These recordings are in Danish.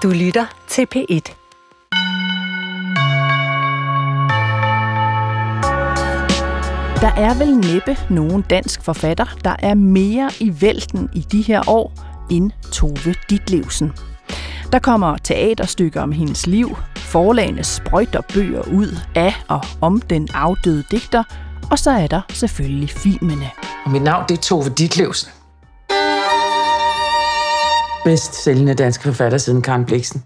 Du lytter til P1. Der er vel næppe nogen dansk forfatter, der er mere i vælten i de her år end Tove Ditlevsen. Der kommer teaterstykker om hendes liv, forlagene sprøjter bøger ud af og om den afdøde digter, og så er der selvfølgelig filmene. Og mit navn, det er Tove Ditlevsen. Bedst sælgende danske forfatter siden Karen Blixen.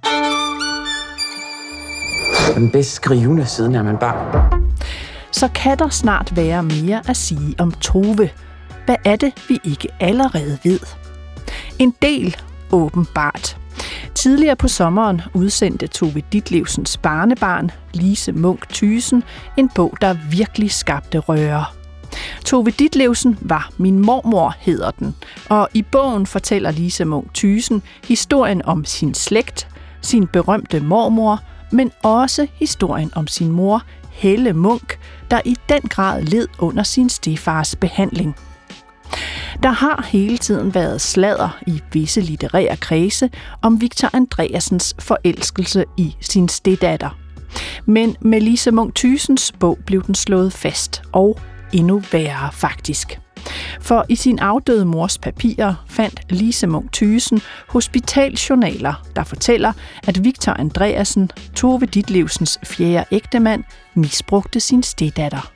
Og den bedst skrivende siden er man barn. Så kan der snart være mere at sige om Tove. Hvad er det, vi ikke allerede ved? En del åbenbart. Tidligere på sommeren udsendte Tove Ditlevsens barnebarn, Lise Munch Thyssen, en bog, der virkelig skabte røre. Tove Ditlevsen var min mormor, hedder den, og i bogen fortæller Lise Munch Thyssen historien om sin slægt, sin berømte mormor, men også historien om sin mor, Helle Munch, der i den grad led under sin stedfars behandling. Der har hele tiden været sladder i visse litterære kredse om Victor Andreasens forelskelse i sin steddatter. Men med Lise Munch Thyssens bog blev den slået fast, og endnu værre faktisk. For i sin afdøde mors papirer fandt Lise Munch Thyssen hospitaljournaler, der fortæller, at Victor Andreasen, Tove Ditlevsens fjerde ægtemand, misbrugte sin steddatter.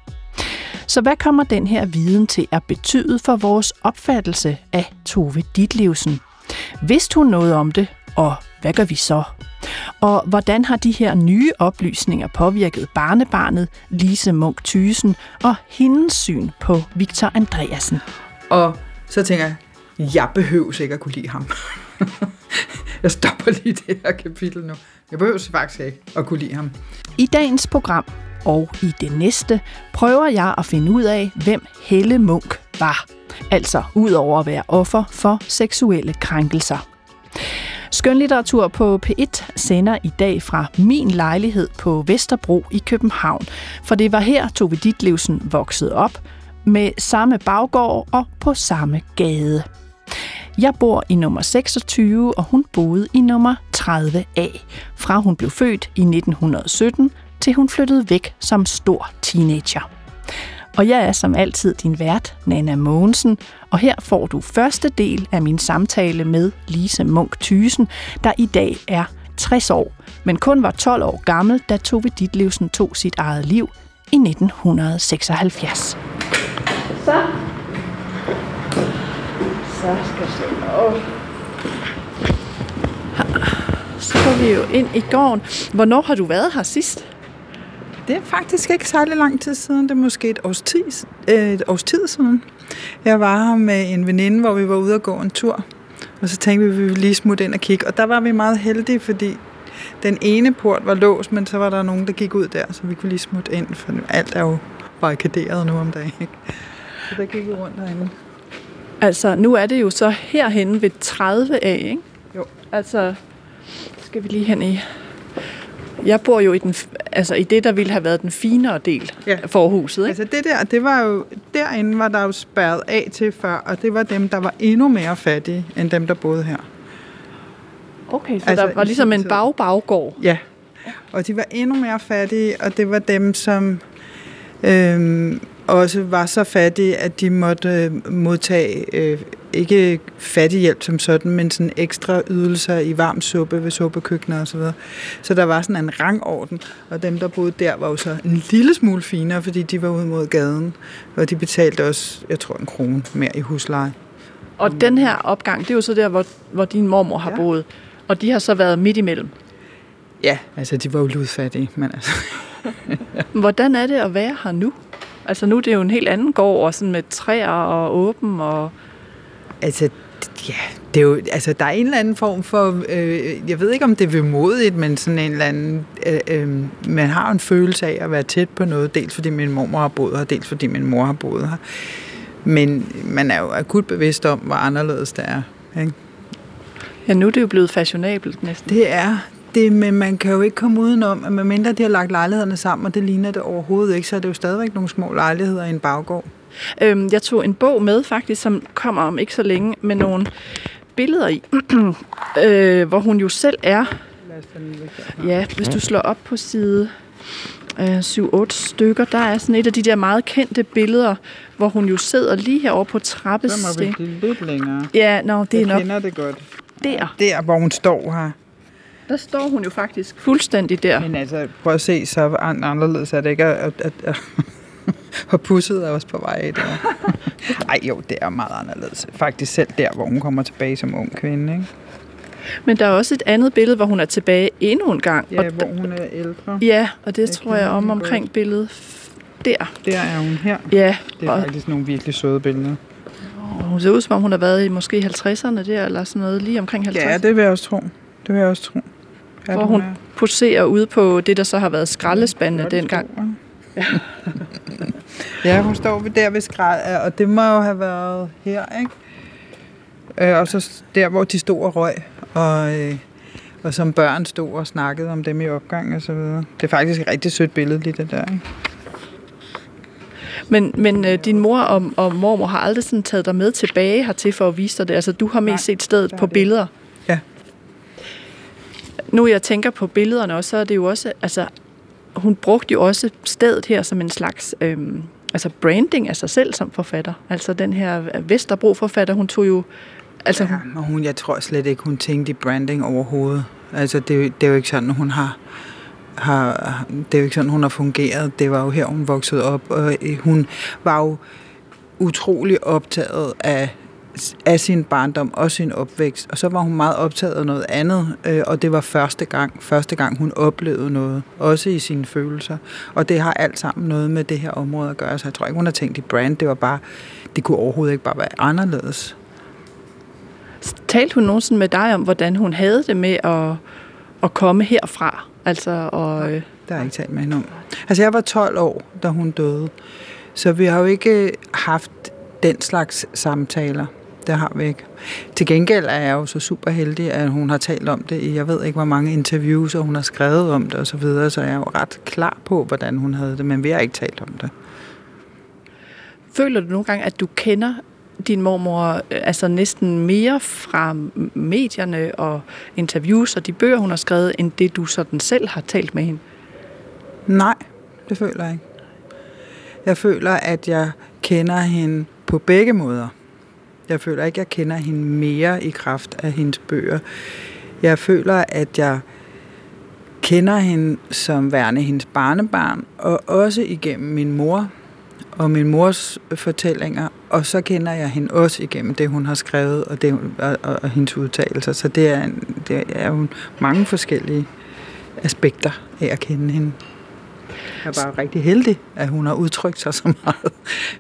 Så hvad kommer den her viden til at betyde for vores opfattelse af Tove Ditlevsen? Vidste hun noget om det, og hvad gør vi så? Og hvordan har de her nye oplysninger påvirket barnebarnet Lise Munch Thyssen og hendes syn på Victor Andreasen? Og så tænker jeg, jeg behøver ikke at kunne lide ham. Jeg stopper lige det her kapitel nu. Jeg behøver faktisk ikke at kunne lide ham. I dagens program og i det næste prøver jeg at finde ud af, hvem Helle Munch var. Altså ud over at være offer for seksuelle krænkelser. Skønlitteratur på P1 sender i dag fra min lejlighed på Vesterbro i København, for det var her Tove Ditlevsen voksede op, med samme baggård og på samme gade. Jeg bor i nummer 26, og hun boede i nummer 30A, fra hun blev født i 1917, til hun flyttede væk som stor teenager. Og jeg er som altid din vært, Nanna Mogensen, og her får du første del af min samtale med Lise Munch Thyssen, der i dag er 60 år, men kun var 12 år gammel, da Tove Ditlevsen tog sit eget liv i 1976. Så skal jeg så går vi jo ind i gården. Hvornår har du været her sidst? Det er faktisk ikke særlig lang tid siden. Det er måske et års tid siden. Jeg var her med en veninde, hvor vi var ude og gå en tur. Og så tænkte vi, at vi ville lige smutte ind og kigge. Og der var vi meget heldige, fordi den ene port var låst, men så var der nogen, der gik ud der, så vi kunne lige smutte ind. For alt er jo barrikaderet nu om dagen. Så der gik vi rundt derinde. Altså, nu er det jo så herhenne ved 30A, ikke? Jo. Altså, skal vi lige hen i... Jeg bor jo i det, der ville have været den finere del af forhuset, ikke? Altså det var jo, derinde var der jo spærret af til før, og det var dem, der var endnu mere fattige, end dem, der boede her. Okay, så altså, der var ligesom en baggård. Ja, og de var endnu mere fattige, og det var dem, som også var så fattige, at de måtte modtage ikke fattighjælp som sådan, men sådan ekstra ydelser i varm suppe ved suppekøkkener og så videre. Så der var sådan en rangorden, og dem, der boede der, var jo så en lille smule finere, fordi de var ude mod gaden, og de betalte også, jeg tror, 1 krone mere i husleje. Og den her opgang, det er jo så der, hvor din mormor har boet, og de har så været midt imellem? Ja, altså de var jo ludfattige, men altså... Hvordan er det at være her nu? Altså nu er det jo en helt anden gård, og sådan med træer og åben og... Altså, ja, det er jo, altså, der er en eller anden form for, jeg ved ikke, om det er vemodigt, men sådan en eller anden, man har en følelse af at være tæt på noget, dels fordi min mormor har boet her, dels fordi min mor har boet her. Men man er jo akut bevidst om, hvor anderledes det er, ikke? Ja, nu er det jo blevet fashionabelt næsten. Det er det, men man kan jo ikke komme udenom, at medmindre de har lagt lejlighederne sammen, og det ligner det overhovedet ikke, så er det jo stadigvæk nogle små lejligheder i en baggård. Jeg tog en bog med faktisk, som kommer om ikke så længe, med nogle billeder i, hvor hun jo selv er. Ja, hvis du slår op på side 7-8 stykker, der er sådan et af de der meget kendte billeder, hvor hun jo sidder lige herovre på trappestigen. Så må vi blive lidt længere. Ja, det er nok. Jeg kender det godt. Der, hvor hun står her. Der står hun jo faktisk fuldstændig der. Men altså, prøv at se, så anderledes er det ikke at pusset er også på vej der. Ej jo, det er meget anderledes. Faktisk selv der, hvor hun kommer tilbage som ung kvinde, ikke? Men der er også et andet billede, hvor hun er tilbage endnu en gang. Ja, hvor hun er ældre. Ja, og det tror jeg omkring billedet der. Der er hun her. Ja. Det er faktisk nogle virkelig søde billeder. Hun ser ud, som om hun har været i måske 50'erne der, eller sådan noget, lige omkring 50'erne. Ja, det vil jeg også tro. Ja, hvor hun poserer ude på det, der så har været skraldespandene dengang. Ja, hun står der ved skrald, og det må jo have været her, ikke? Og så der, hvor de stod og røg, og som børn stod og snakkede om dem i opgang og så videre. Det er faktisk et rigtig sødt billede, lige det der, ikke? Men din mor og mormor har aldrig sådan taget dig med tilbage hertil for at vise dig det? Altså, du har mest set stedet på billeder? Ja. Nu jeg tænker på billederne også, så er det jo også, altså, hun brugte jo også stedet her som en slags branding af sig selv som forfatter. Altså den her Vesterbro-forfatter, hun tog jo... Altså, ja, jeg tror slet ikke, hun tænkte i branding overhovedet. Altså, det er jo ikke sådan, hun har det er jo ikke sådan, hun har fungeret. Det var jo her, hun voksede op, og hun var jo utrolig optaget af sin barndom og sin opvækst, og så var hun meget optaget af noget andet, og det var første gang hun oplevede noget, også i sine følelser, og det har alt sammen noget med det her område at gøre, så jeg tror ikke, hun har tænkt i brand, det kunne overhovedet ikke bare være anderledes. Talte hun nogensinde med dig om, hvordan hun havde det med at komme herfra? Altså, og det har jeg ikke talt med hende om. Altså, jeg var 12 år, da hun døde, så vi har jo ikke haft den slags samtaler. Det har vi ikke. Til gengæld er jeg jo så super heldig, at hun har talt om det i, jeg ved ikke, hvor mange interviews, og hun har skrevet om det og så videre, så jeg er jo ret klar på, hvordan hun havde det, men vi har ikke talt om det. Føler du nogle gange, at du kender din mormor altså næsten mere fra medierne og interviews og de bøger, hun har skrevet, end det du sådan selv har talt med hende? Nej, det føler jeg ikke. Jeg føler, at jeg kender hende på begge måder. Jeg føler ikke, at jeg kender hende mere i kraft af hendes bøger. Jeg føler, at jeg kender hende som værende hendes barnebarn, og også igennem min mor og min mors fortællinger, og så kender jeg hende også igennem det, hun har skrevet, og hendes udtalelser. Så det er jo mange forskellige aspekter af at kende hende. Jeg er bare rigtig heldig, at hun har udtrykt sig så meget.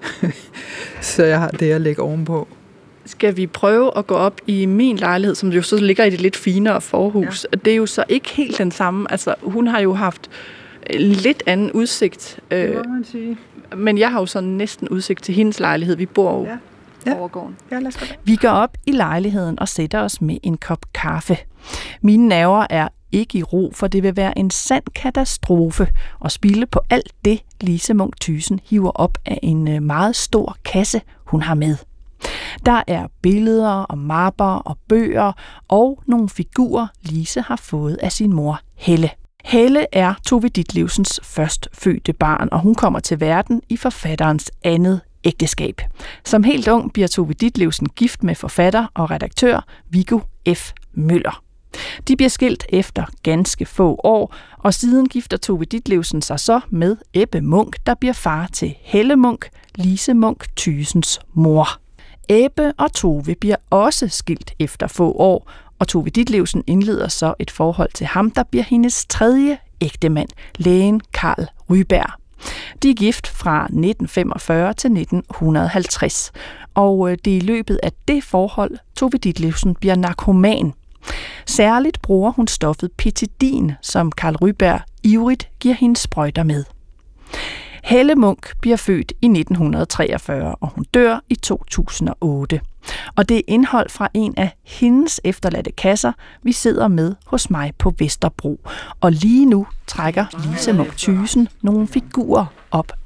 Så jeg har det at lægge ovenpå. Skal vi prøve at gå op i min lejlighed, som jo så ligger i det lidt finere forhus? Ja. Det er jo så ikke helt den samme. Altså, hun har jo haft lidt anden udsigt. Det må man sige. Men jeg har jo sådan næsten udsigt til hendes lejlighed. Vi bor jo over gården. Ja, lad os gå. Vi går op i lejligheden og sætter os med en kop kaffe. Mine nerver er ikke i ro, for det vil være en sand katastrofe at spilde på alt det, Lise Munch Thyssen hiver op af en meget stor kasse, hun har med. Der er billeder og mapper og bøger og nogle figurer, Lise har fået af sin mor Helle. Helle er Tove Ditlevsens førstfødte barn, og hun kommer til verden i forfatterens andet ægteskab. Som helt ung bliver Tove Ditlevsen gift med forfatter og redaktør Viggo F. Møller. De bliver skilt efter ganske få år, og siden gifter Tove Ditlevsen sig så med Ebbe Munch, der bliver far til Helle Munch, Lise Munch Thyssens mor. Ebbe og Tove bliver også skilt efter få år, og Tove Ditlevsen indleder så et forhold til ham, der bliver hendes tredje ægtemand, lægen Carl Ryberg. De er gift fra 1945 til 1950, og det er i løbet af det forhold, Tove Ditlevsen bliver narkoman. Særligt bruger hun stoffet Petidin, som Carl Ryberg ivrigt giver hende sprøjter med. Helle Munch bliver født i 1943, og hun dør i 2008. Og det er indhold fra en af hendes efterladte kasser, vi sidder med hos mig på Vesterbro. Og lige nu trækker Lise Munch Thyssen nogle figurer op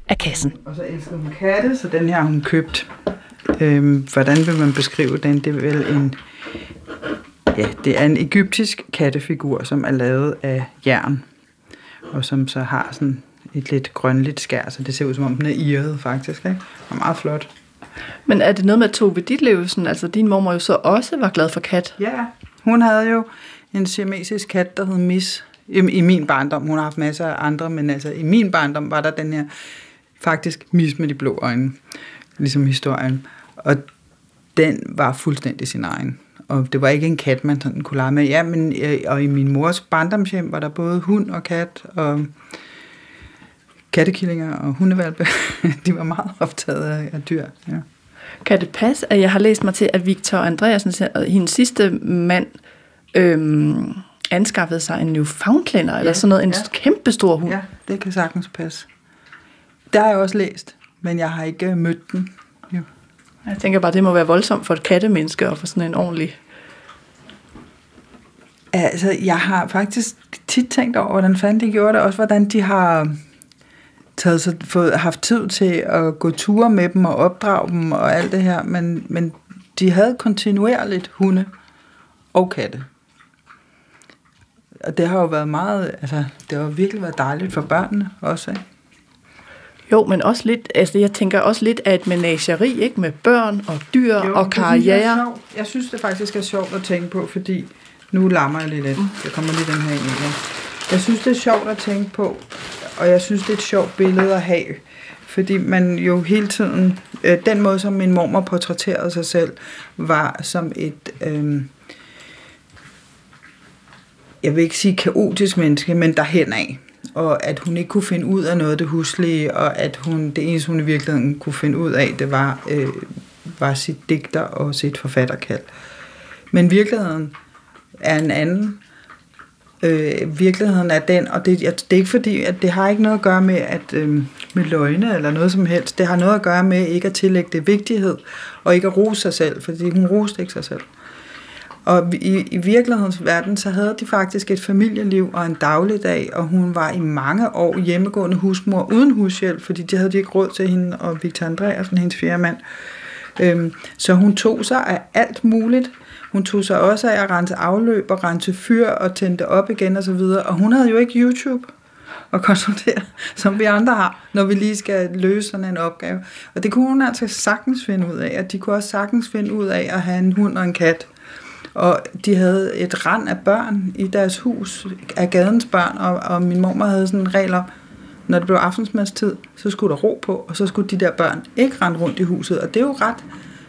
af kassen. Og så elsker hun katte, så den her har hun købt. Hvordan vil man beskrive den? Det er vel det er en egyptisk kattefigur, som er lavet af jern, og som så har sådan et lidt grønligt skær, så det ser ud som om den er irret faktisk, ikke? Og meget flot. Men er det noget med Tove Ditlevsen, altså din mormor jo så også var glad for kat? Ja, hun havde jo en siamesisk kat, der hed Miss. I min barndom, hun har haft masser af andre, men altså i min barndom var der den her faktisk Miss med de blå øjne, ligesom historien. Og den var fuldstændig sin egen. Og det var ikke en kat, man sådan kunne lege med. Ja, men og i min mors barndomshjem var der både hund og kat, og kattekillinger og hundevalpe. De var meget optaget af dyr, ja. Kan det passe, at jeg har læst mig til, at Victor Andreasen, hendes sidste mand, anskaffede sig en Newfoundlander, eller sådan noget, en kæmpestor hund? Ja, det kan sagtens passe. Der har jeg også læst, men jeg har ikke mødt den. Jo. Jeg tænker bare, det må være voldsomt for et kattemenneske at få sådan en ordentlig... Altså, jeg har faktisk tit tænkt over, hvordan fanden de gjorde det, også hvordan de har haft tid til at gå ture med dem og opdrage dem og alt det her, men de havde kontinuerligt hunde og katte. Og det har jo været meget, altså det har virkelig været dejligt for børnene også, ikke? Jo, men også lidt, altså jeg tænker også lidt af et menageri, ikke? Med børn og dyr og karriere. Jeg synes det faktisk er sjovt at tænke på, fordi nu larmer jeg lidt. Jeg kommer lige den her ind igen. Jeg synes det er sjovt at tænke på, og jeg synes det er et sjovt billede at have, fordi man jo hele tiden, den måde som min mormor portrætterede sig selv, var som et, jeg vil ikke sige kaotisk menneske, men derhenad. Og at hun ikke kunne finde ud af noget af det huslige, og at det eneste, hun i virkeligheden kunne finde ud af, det var sit digter og sit forfatterkald. Men virkeligheden er en anden. Virkeligheden er den, og det er ikke fordi, at det har ikke noget at gøre med løgne eller noget som helst. Det har noget at gøre med ikke at tillægge det vigtighed, og ikke at rose sig selv, fordi hun roste ikke sig selv. Og i virkelighedens verden, så havde de faktisk et familieliv og en dagligdag, og hun var i mange år hjemmegående husmor uden hushjælp, fordi de havde ikke råd til hende og Victor Andreasen, hendes fjerde mand. Så hun tog sig af alt muligt. Hun tog sig også af at rense afløb og rense fyr og tænde det op igen og så videre. Og hun havde jo ikke YouTube at konsultere, som vi andre har, når vi lige skal løse sådan en opgave. Og det kunne hun altså sagtens finde ud af, og de kunne også sagtens finde ud af at have en hund og en kat. Og de havde et rand af børn i deres hus, af gadens børn, og min mormor havde sådan en regel om, når det blev aftensmadstid, så skulle der ro på, og så skulle de der børn ikke rende rundt i huset. Og det er jo ret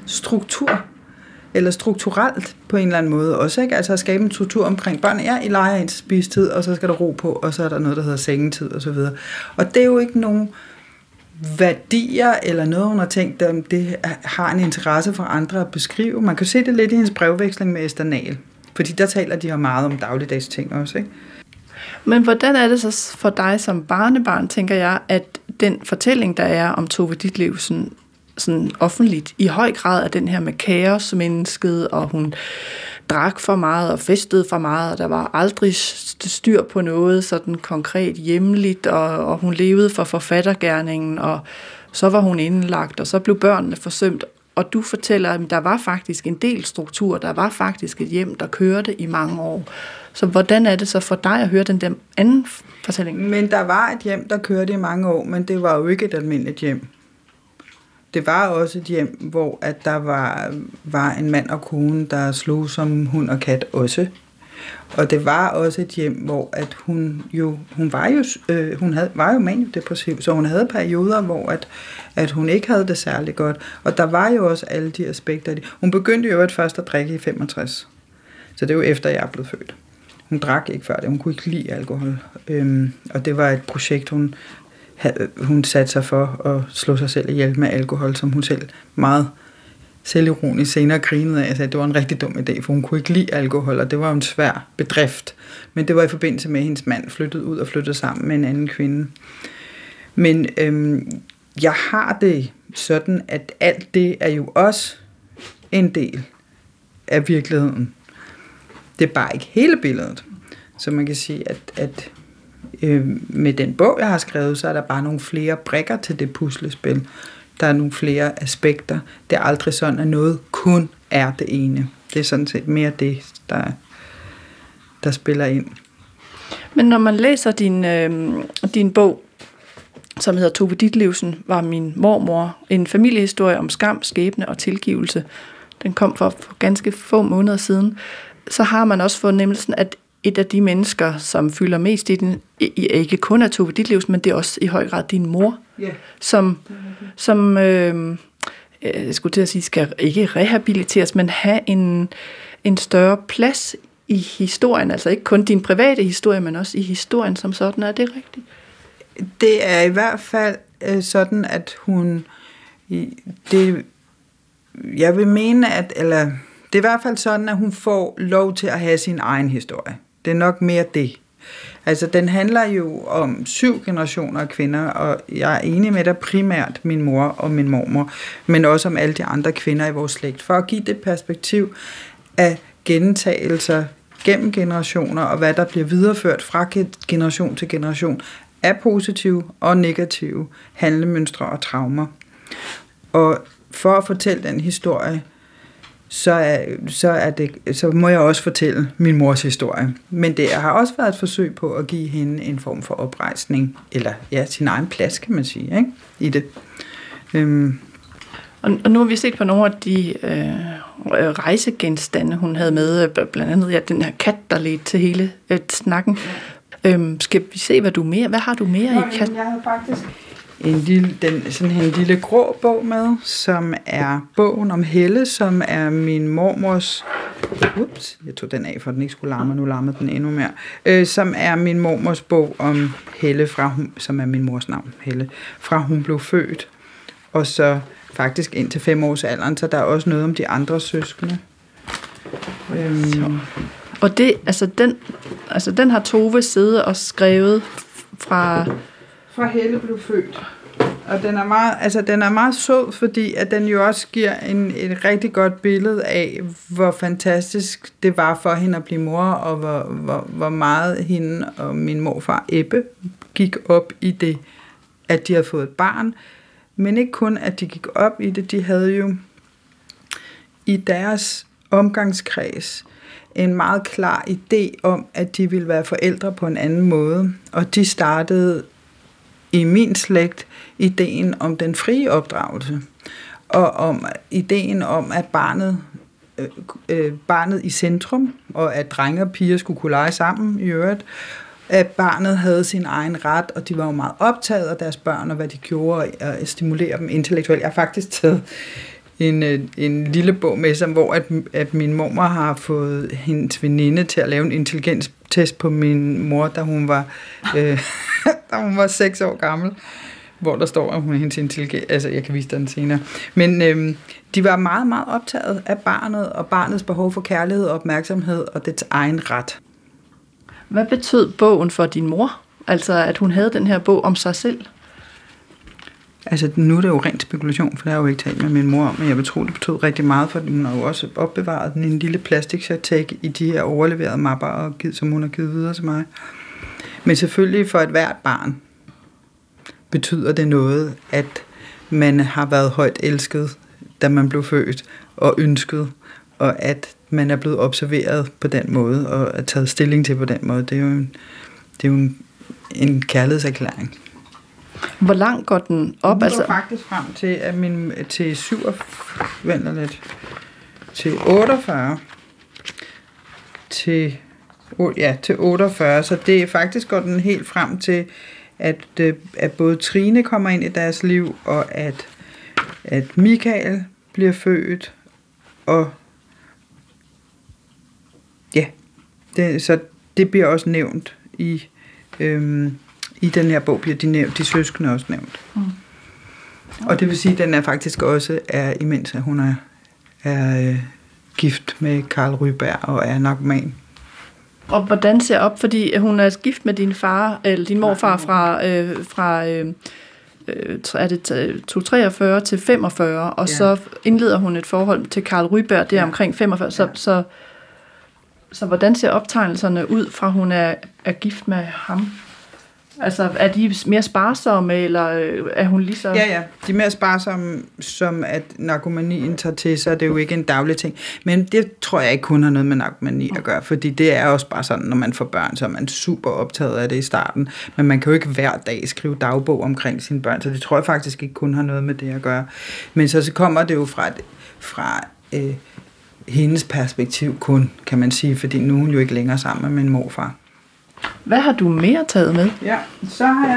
strukturelt på en eller anden måde også, ikke? Altså at skabe en struktur omkring børn. Ja, I leger indtil spistid, og så skal der ro på, og så er der noget, der hedder sengetid og så videre. Og det er jo ikke nogen værdier eller noget, hun har tænkt, det har en interesse for andre at beskrive. Man kan se det lidt i hendes brevveksling med Esther Nahl, fordi der taler de jo meget om dagligdags ting også, ikke? Men hvordan er det så for dig som barnebarn, tænker jeg, at den fortælling, der er om Tove Ditlevsen, sådan offentligt, i høj grad er den her med kaosmennesket, og hun drak for meget og festede for meget, og der var aldrig styr på noget sådan konkret hjemligt, og hun levede for forfattergerningen, og så var hun indlagt, og så blev børnene forsømt. Og du fortæller, at der var faktisk en del struktur, der var faktisk et hjem, der kørte i mange år. Så hvordan er det så for dig at høre den der anden fortælling? Men der var et hjem, der kørte i mange år, men det var jo ikke et almindeligt hjem. Det var også et hjem, hvor at der var en mand og kone, der slog som hund og kat også. Og det var også et hjem, hvor at hun var jo maniodepressiv, så hun havde perioder, hvor at hun ikke havde det særlig godt. Og der var jo også alle de aspekter af det. Hun begyndte jo først at drikke i 65. Så det er jo efter, jeg er blevet født. Hun drak ikke før det. Hun kunne ikke lide alkohol. Og det var et projekt, hun satte sig for at slå sig selv ihjel med alkohol, som hun selv meget selvironisk senere grinede af. Jeg sagde, at det var en rigtig dum idé, for hun kunne ikke lide alkohol, og det var en svær bedrift. Men det var i forbindelse med, at hendes mand flyttede ud og flyttede sammen med en anden kvinde. Men jeg har det sådan, at alt det er jo også en del af virkeligheden. Det er bare ikke hele billedet. Så man kan sige, at med den bog, jeg har skrevet, så er der bare nogle flere brikker til det puslespil. Der er nogle flere aspekter. Det er aldrig sådan, at noget kun er det ene. Det er sådan set mere det, der spiller ind. Men når man læser din bog, som hedder Tove Ditlevsen, var min mormor, en familiehistorie om skam, skæbne og tilgivelse. Den kom for ganske få måneder siden. Så har man også fornemmelsen, at et af de mennesker, som fylder mest i den, ikke kun er Tove Ditlevsen, men det er også i høj grad din mor, som jeg skulle til at sige, skal ikke rehabiliteres, men have en større plads i historien. Altså ikke kun din private historie, men også i historien som sådan. Er det rigtigt? Det er i hvert fald sådan, at hun... Jeg vil mene, eller det er i hvert fald sådan, at hun får lov til at have sin egen historie. Det er nok mere det. Altså, den handler jo om 7 generationer af kvinder, og jeg er enig med dig primært min mor og min mormor, men også om alle de andre kvinder i vores slægt, for at give det perspektiv af gentagelser gennem generationer, og hvad der bliver videreført fra generation til generation af positive og negative handlemønstre og traumer. Og for at fortælle den historie, så må jeg også fortælle min mors historie. Men det har også været et forsøg på at give hende en form for oprejsning, eller sin egen plads, kan man sige, ikke? I det. Og nu har vi set på nogle af de rejsegenstande, hun havde med, blandt andet den her kat, der ledte til hele snakken. Skal vi se, hvad har du mere i katten? Jeg har faktisk en lille grå bog med, som er bogen om Helle, som er min mormors... jeg tog den af, for den ikke skulle larme, nu larmede den endnu mere. Som er min mormors bog om Helle, som er min mors navn, Helle, fra hun blev født. Og så faktisk indtil 5 års alderen, så der er også noget om de andre søskende. Og det, den har Tove siddet og skrevet fra Helle blev født. Og den er meget sød, fordi at den jo også giver et rigtig godt billede af, hvor fantastisk det var for hende at blive mor, og hvor meget hende og min morfar Ebbe gik op i det, at de havde fået et barn. Men ikke kun, at de gik op i det, de havde jo i deres omgangskreds en meget klar idé om, at de ville være forældre på en anden måde. Og de startede i min slægt ideen om den frie opdragelse, og om ideen om, at barnet i centrum, og at drenge og piger skulle kunne lege sammen i øvrigt, at barnet havde sin egen ret, og de var jo meget optaget af deres børn, og hvad de gjorde, og at stimulere dem intellektuelt. Jeg har faktisk taget en lille bog med, hvor at min mormor har fået hendes veninde til at lave en intelligenstest på min mor, da hun var 6 år gammel, hvor der står, at hun er hendes intelligens. Altså, jeg kan vise den senere. Men de var meget, meget optaget af barnet, og barnets behov for kærlighed og opmærksomhed, og dets egen ret. Hvad betød bogen for din mor? Altså, at hun havde den her bog om sig selv? Altså, nu er det jo rent spekulation, for det har jeg jo ikke talt med min mor om, men jeg vil tro, det betød rigtig meget, for hun har jo også opbevaret den i en lille plastiksertæk i de her overleverede mapper, som hun har givet videre til mig. Men selvfølgelig for et hvert barn betyder det noget, at man har været højt elsket, da man blev født, og ønsket, og at man er blevet observeret på den måde, og er taget stilling til på den måde. Det er jo en kærlighedserklæring. Hvor langt går den op? Den går faktisk frem til 48. Til 48, så det er faktisk går den helt frem til, at både Trine kommer ind i deres liv, og at Michael bliver født, og så det bliver også nævnt i den her bog, bliver de søskende også nævnt. Og det vil sige, at den er faktisk også imens at hun er gift med Karl Ryberg og er narkoman. Og hvordan ser op, fordi hun er gift med din far, eller din morfar fra er det 243 til 45, og så indleder hun et forhold til Karl Ryberg, det er omkring 45, så hvordan ser optegnelserne ud fra, hun er gift med ham? Altså, er de mere sparsomme, eller er hun lige så... Ja, de er mere sparsomme, som at narkomanien tager til sig. Det er jo ikke en daglig ting. Men det tror jeg ikke kun har noget med narkomani at gøre, fordi det er også bare sådan, når man får børn, så er man super optaget af det i starten. Men man kan jo ikke hver dag skrive dagbog omkring sine børn, så det tror jeg faktisk ikke kun har noget med det at gøre. Men så kommer det jo fra hendes perspektiv kun, kan man sige, fordi nu er hun jo ikke længere sammen med min morfar. Hvad har du mere taget med? Ja, så har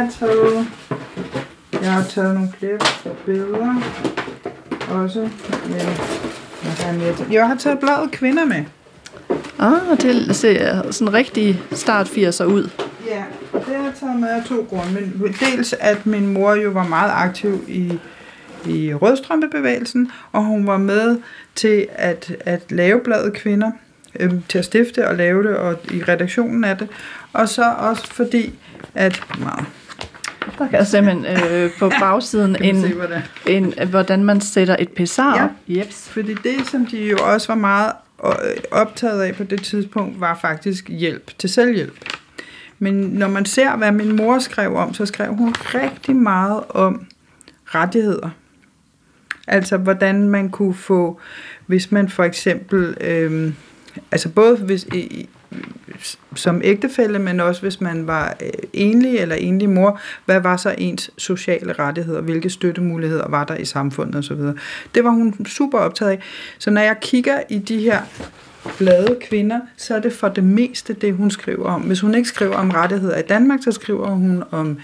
jeg taget nogle flere billeder. Også jeg har taget bladet Kvinder med. Det ser sådan rigtig start 80'er ud. Ja, og det har jeg taget med af 2 grunde. Men dels at min mor jo var meget aktiv i rødstrømpebevægelsen, og hun var med til at lave bladet Kvinder, til at stifte og lave det, og i redaktionen af det. Og så også fordi, at... Der kan simpelthen på bagsiden hvordan man sætter et pessar op. Ja, fordi det, som de jo også var meget optaget af på det tidspunkt, var faktisk hjælp til selvhjælp. Men når man ser, hvad min mor skrev om, så skrev hun rigtig meget om rettigheder. Altså, hvordan man kunne få, hvis man for eksempel... altså både hvis, som ægtefælle, men også hvis man var enlig eller enlig mor, hvad var så ens sociale rettigheder, hvilke støttemuligheder var der i samfundet osv. Det var hun super optaget af. Så når jeg kigger i de her blade Kvinder, så er det for det meste det, hun skriver om. Hvis hun ikke skriver om rettigheder i Danmark, så skriver hun om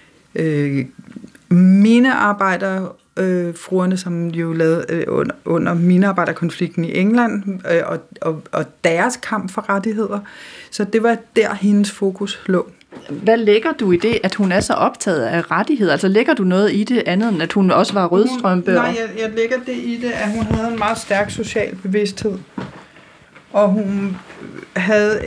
minearbejdere, fruerne, som jo lavede under minearbejderkonflikten i England, og deres kamp for rettigheder. Så det var der, hendes fokus lå. Hvad lægger du i det, at hun er så optaget af rettigheder? Altså lægger du noget i det andet, end at hun også var rødstrømpe? Nej, jeg lægger det i det, at hun havde en meget stærk social bevidsthed. Og hun havde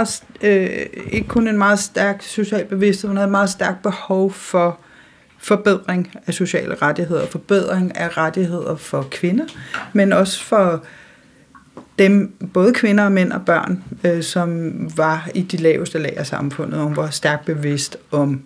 ikke kun en meget stærk social bevidsthed, hun havde et meget stærkt behov for forbedring af sociale rettigheder, forbedring af rettigheder for kvinder, men også for dem, både kvinder og mænd og børn, som var i de laveste lag af samfundet, og hun var stærkt bevidst om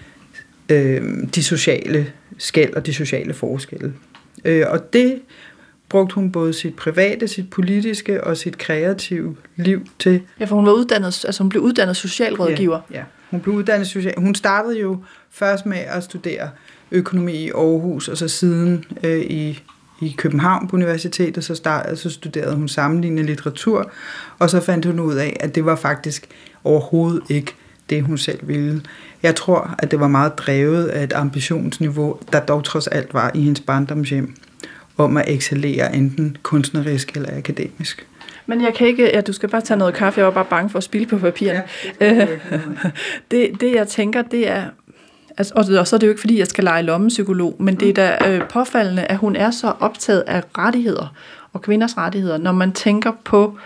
de sociale skel og de sociale forskelle. Og det brugte hun både sit private, sit politiske og sit kreative liv til. Ja, for hun blev uddannet socialrådgiver. Ja. Hun blev uddannet Hun startede jo først med at studere økonomi i Aarhus, og så siden i København på universitetet, så studerede hun sammenlignende litteratur, og så fandt hun ud af, at det var faktisk overhovedet ikke det, hun selv ville. Jeg tror, at det var meget drevet af et ambitionsniveau, der dog trods alt var i hendes barndomshjem, om at excellere enten kunstnerisk eller akademisk. Men jeg kan ikke... Ja, du skal bare tage noget kaffe. Jeg var bare bange for at spilde på papirerne. Ja, det jeg tænker, det er... Altså, og så er det jo ikke, fordi jeg skal lege lommepsykolog, men det er da påfaldende, at hun er så optaget af rettigheder og kvinders rettigheder, når man tænker på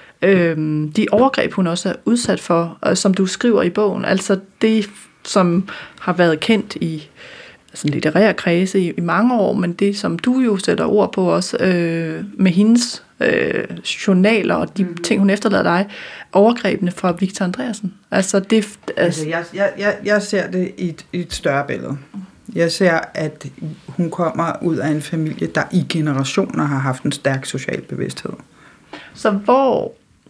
de overgreb, hun også er udsat for, som du skriver i bogen. Altså det, som har været kendt i sådan litterære kredse i mange år, men det, som du jo sætter ord på også med hendes journaler og de ting, hun efterlader dig, overgrebene fra Victor Andreasen. Altså det... Jeg ser det i et større billede. Jeg ser, at hun kommer ud af en familie, der i generationer har haft en stærk social bevidsthed. Så hvor...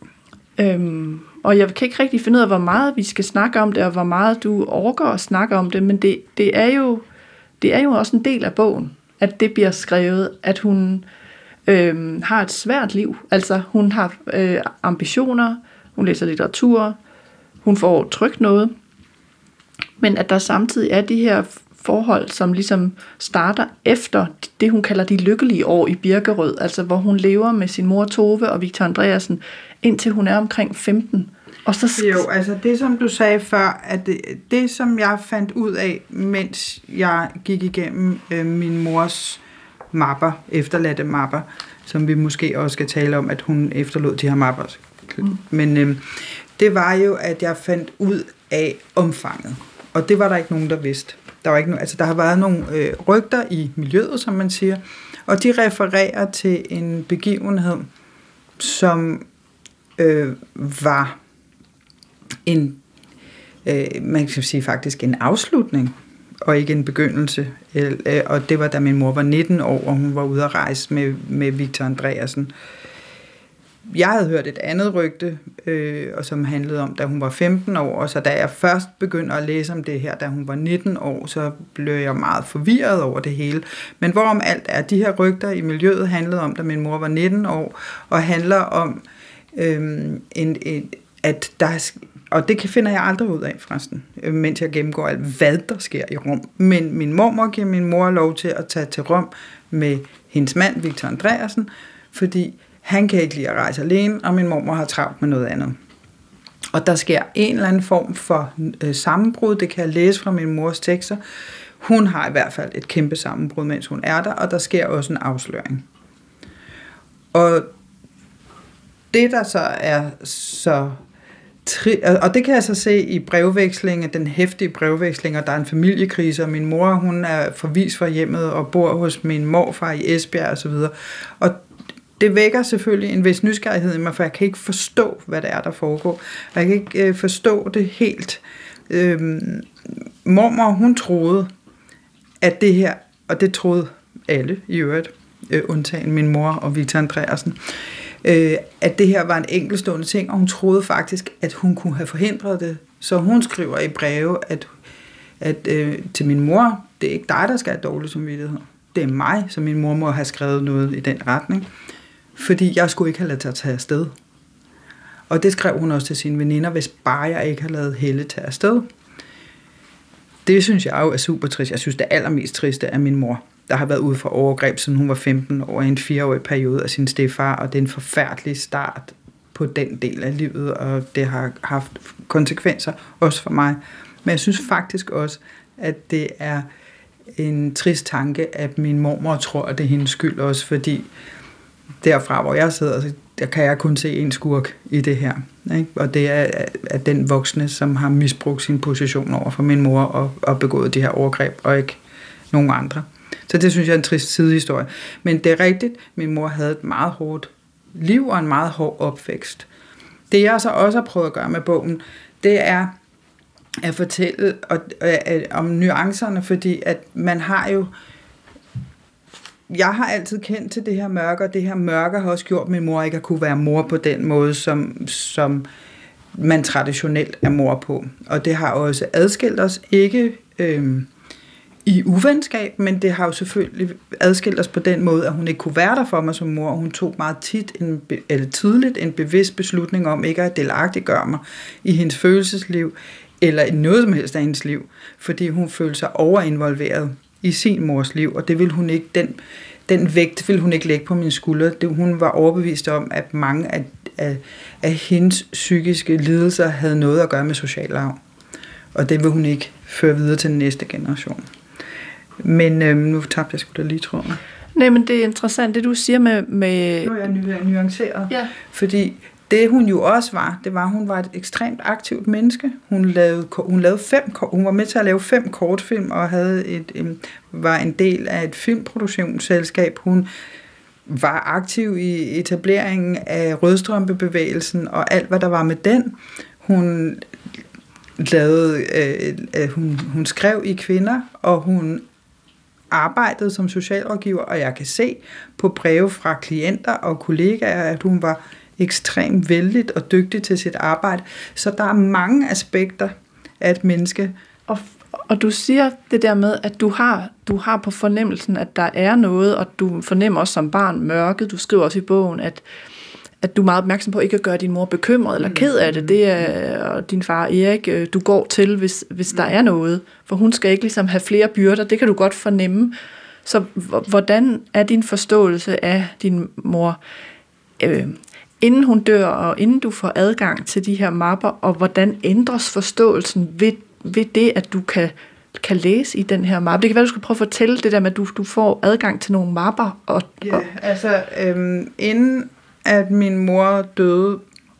og jeg kan ikke rigtig finde ud af, hvor meget vi skal snakke om det, og hvor meget du overgår at snakke om det, men det er jo også en del af bogen, at det bliver skrevet, at hun har et svært liv. Altså hun har ambitioner, hun læser litteratur, hun får trykt noget, men at der samtidig er de her forhold, som ligesom starter efter det, hun kalder de lykkelige år i Birkerød, altså hvor hun lever med sin mor Tove og Victor Andreasen, indtil hun er omkring 15. Og så... Jo, altså det, som du sagde før, at det, som jeg fandt ud af, mens jeg gik igennem min mors mapper, efterladte mapper, som vi måske også skal tale om, at hun efterlod de her mapper. Men det var jo, at jeg fandt ud af omfanget. Og det var der ikke nogen, der vidste. Der var ikke der har været nogle rygter i miljøet, som man siger, og de refererer til en begivenhed, som var man kan sige faktisk en afslutning, og ikke en begyndelse. Og det var, da min mor var 19 år, og hun var ude at rejse med Victor Andreasen. Jeg havde hørt et andet rygte, og som handlede om, da hun var 15 år, og så da jeg først begyndte at læse om det her, da hun var 19 år, så blev jeg meget forvirret over det hele. Men hvorom alt er, de her rygter i miljøet handlede om, da min mor var 19 år, og handler om, at der og det finder jeg aldrig ud af, forresten, mens jeg gennemgår alt, hvad der sker i Rom. Men min mormor giver min mor lov til at tage til Rom med hendes mand, Victor Andreasen, fordi han kan ikke lide at rejse alene, og min mormor har travlt med noget andet. Og der sker en eller anden form for sammenbrud, det kan jeg læse fra min mors tekster. Hun har i hvert fald et kæmpe sammenbrud, mens hun er der, og der sker også en afsløring. Og det, der så er så og det kan jeg så se i brevvekslingen, den heftige brevveksling, og der er en familiekrise, og min mor, hun er forvist fra hjemmet og bor hos min morfar i Esbjerg og så videre. Og det vækker selvfølgelig en vis nysgerrighed i mig, for jeg kan ikke forstå, hvad det er, der foregår. Jeg kan ikke forstå det helt. Mormor, hun troede, at det her, og det troede alle i øvrigt, undtagen min mor og Victor Andreasen, at det her var en enkeltstående ting, og hun troede faktisk, at hun kunne have forhindret det. Så hun skriver i breve, at til min mor, det er ikke dig, der skal have dårlig samvittighed. Det er mig, så min mor må have skrevet noget i den retning. Fordi jeg skulle ikke have ladet sig tage afsted. Og det skrev hun også til sine veninder, hvis bare jeg ikke har ladet Helle tage afsted. Det synes jeg jo er super trist. Jeg synes, det allermest triste er min mor, der har været ude for overgreb, siden hun var 15 år i en 4-årig periode af sin stedfar, og det er en forfærdelig start på den del af livet, og det har haft konsekvenser også for mig. Men jeg synes faktisk også, at det er en trist tanke, at min mormor tror, at det er hendes skyld også, fordi derfra, hvor jeg sidder, der kan jeg kun se en skurk i det her. Ikke? Og det er den voksne, som har misbrugt sin position over for min mor og begået de her overgreb, og ikke nogen andre. Så det synes jeg er en trist sidehistorie. Men det er rigtigt, min mor havde et meget hårdt liv og en meget hård opvækst. Det jeg så også har prøvet at gøre med bogen, det er at fortælle om nuancerne, fordi at man har jo... Jeg har altid kendt til det her mørke, og det her mørke har også gjort, at min mor ikke har kunne være mor på den måde, som man traditionelt er mor på. Og det har også adskilt os, ikke i uvenskab, men det har jo selvfølgelig adskilt os på den måde, at hun ikke kunne være der for mig som mor, og hun tog meget tidligt en bevidst beslutning om ikke at delagtiggøre mig i hendes følelsesliv, eller i noget som helst af hendes liv, fordi hun følte sig overinvolveret i sin mors liv, og det ville hun ikke, den vægt ville hun ikke lægge på mine skuldre. Hun var overbevist om, at mange af hendes psykiske lidelser havde noget at gøre med social arv, og det vil hun ikke føre videre til den næste generation. Men nu tabte jeg sgu da lige tråden. Nej, men det er interessant, det du siger med... Nu er jeg nuanceret, ja. Fordi det hun jo også var, det var, at hun var et ekstremt aktivt menneske. Hun var med til at lave 5 kortfilm, og var en del af et filmproduktionsselskab. Hun var aktiv i etableringen af rødstrømpebevægelsen, og alt, hvad der var med den. Hun hun skrev i Kvinder, og hun arbejdede som socialrådgiver, og jeg kan se på breve fra klienter og kollegaer, at hun var ekstremt vældigt og dygtig til sit arbejde. Så der er mange aspekter af et menneske. Og du siger det der med, at du har på fornemmelsen, at der er noget, og du fornemmer også som barn mørket. Du skriver også i bogen, at du er meget opmærksom på ikke at gøre din mor bekymret eller ked af det. Det er din far Erik, du går til, hvis der er noget. For hun skal ikke ligesom have flere byrder. Det kan du godt fornemme. Så hvordan er din forståelse af din mor, inden hun dør, og inden du får adgang til de her mapper, og hvordan ændres forståelsen ved det, at du kan læse i den her mappe? Det kan være, du skal prøve at fortælle det der med, at du får adgang til nogle mapper. Inden at min mor døde,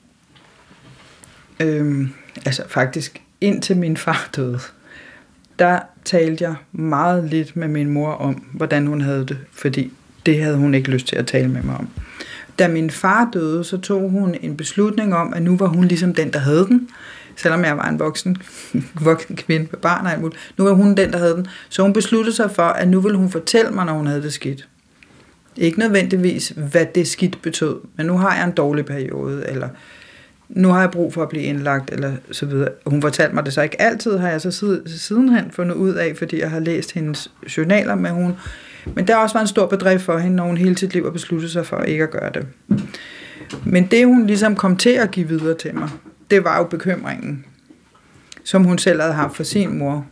faktisk indtil min far døde, der talte jeg meget lidt med min mor om, hvordan hun havde det, fordi det havde hun ikke lyst til at tale med mig om. Da min far døde, så tog hun en beslutning om, at nu var hun ligesom den, der havde den. selvom jeg var en voksen kvinde med barn og alt muligt. Nu var hun den, der havde den. Så hun besluttede sig for, at nu ville hun fortælle mig, når hun havde det skidt. Ikke nødvendigvis, hvad det skidt betød, men nu har jeg en dårlig periode, eller nu har jeg brug for at blive indlagt, eller så videre. Hun fortalte mig det så ikke altid, har jeg så sidenhen fundet ud af, fordi jeg har læst hendes journaler med hun. Men der også var en stor bedrift for hende, når hun hele sit liv har besluttet sig for ikke at gøre det. Men det, hun ligesom kom til at give videre til mig, det var jo bekymringen, som hun selv havde haft for sin mor.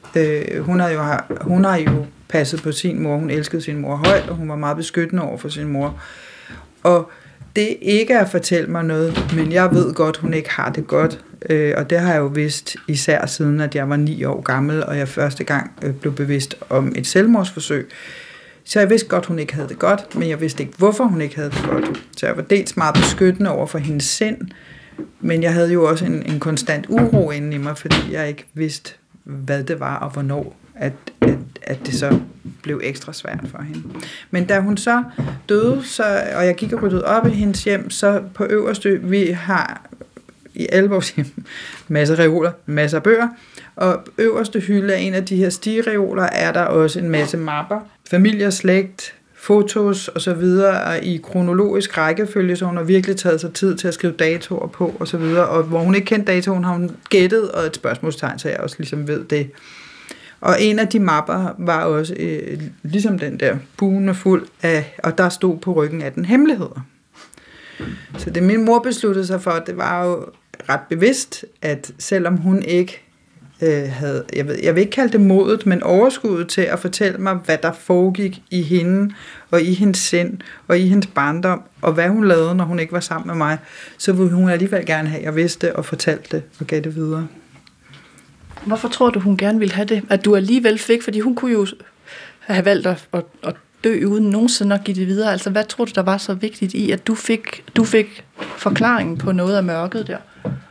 Hun har jo passet på sin mor, hun elskede sin mor højt, og hun var meget beskyttende over for sin mor. Og det ikke at fortælle mig noget, men jeg ved godt, hun ikke har det godt. Og det har jeg jo vidst, især siden, at jeg var 9 år gammel, og jeg første gang blev bevidst om et selvmordsforsøg. Så jeg vidste godt, hun ikke havde det godt, men jeg vidste ikke, hvorfor hun ikke havde det godt. Så jeg var dels meget beskyttende over for hendes sind, men jeg havde jo også en konstant uro inden i mig, fordi jeg ikke vidste, hvad det var, og hvornår at det så blev ekstra svært for hende. Men da hun så døde, og jeg gik og ryddede op i hendes hjem, så på øverste, vi har i alle vores hjem masser af reoler, masser af bøger, og øverste hylde af en af de her stigereoler er der også en masse mapper, familier, slægt, fotos og så videre, og i kronologisk rækkefølge, så hun har virkelig taget sig tid til at skrive datoer på og så videre, og hvor hun ikke kendte datoen, har hun gættet, og et spørgsmålstegn, så jeg også ligesom ved det. Og en af de mapper var også ligesom den der buende fuld af, og der stod på ryggen af den hemmeligheder. Så det min mor besluttede sig for, det var jo ret bevidst, at selvom hun ikke havde, jeg vil ikke kalde det modet, men overskuddet til at fortælle mig, hvad der foregik i hende, og i hendes sind, og i hendes barndom, og hvad hun lavede, når hun ikke var sammen med mig, så ville hun alligevel gerne have, at jeg vidste det, og fortalte det, og gav det videre. Hvorfor tror du, hun gerne ville have det? At du alligevel fik, fordi hun kunne jo have valgt at dø uden nogensinde at give det videre. Altså, hvad tror du, der var så vigtigt i, at du fik forklaringen på noget af mørket der?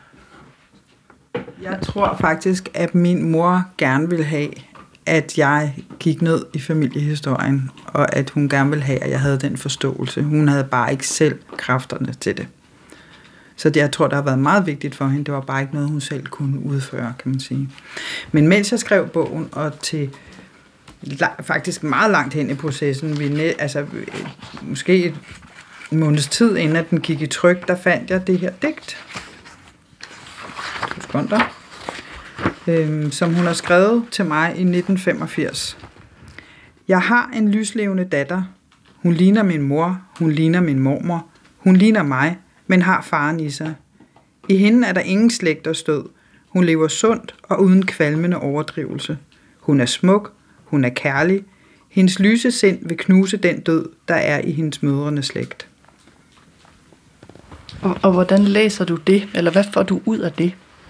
Jeg tror faktisk, at min mor gerne ville have, at jeg gik ned i familiehistorien, og at hun gerne ville have, at jeg havde den forståelse. Hun havde bare ikke selv kræfterne til det. Så jeg tror, der har været meget vigtigt for hende. Det var bare ikke noget, hun selv kunne udføre, kan man sige. Men mens jeg skrev bogen, og til faktisk meget langt hen i processen, måske et måneds tid, inden at den gik i tryk, der fandt jeg det her digt. Som hun har skrevet til mig i 1985. Jeg har en lyslevende datter. Hun ligner min mor, hun ligner min mormor, hun ligner mig, men har faren i sig. I hende er der ingen slægt og stød. Hun lever sundt og uden kvalmende overdrivelse. Hun er smuk, hun er kærlig. Hendes lyse sind vil knuse den død, der er i hendes mødrenes slægt. Og hvordan læser du det? Eller hvad får du ud af det?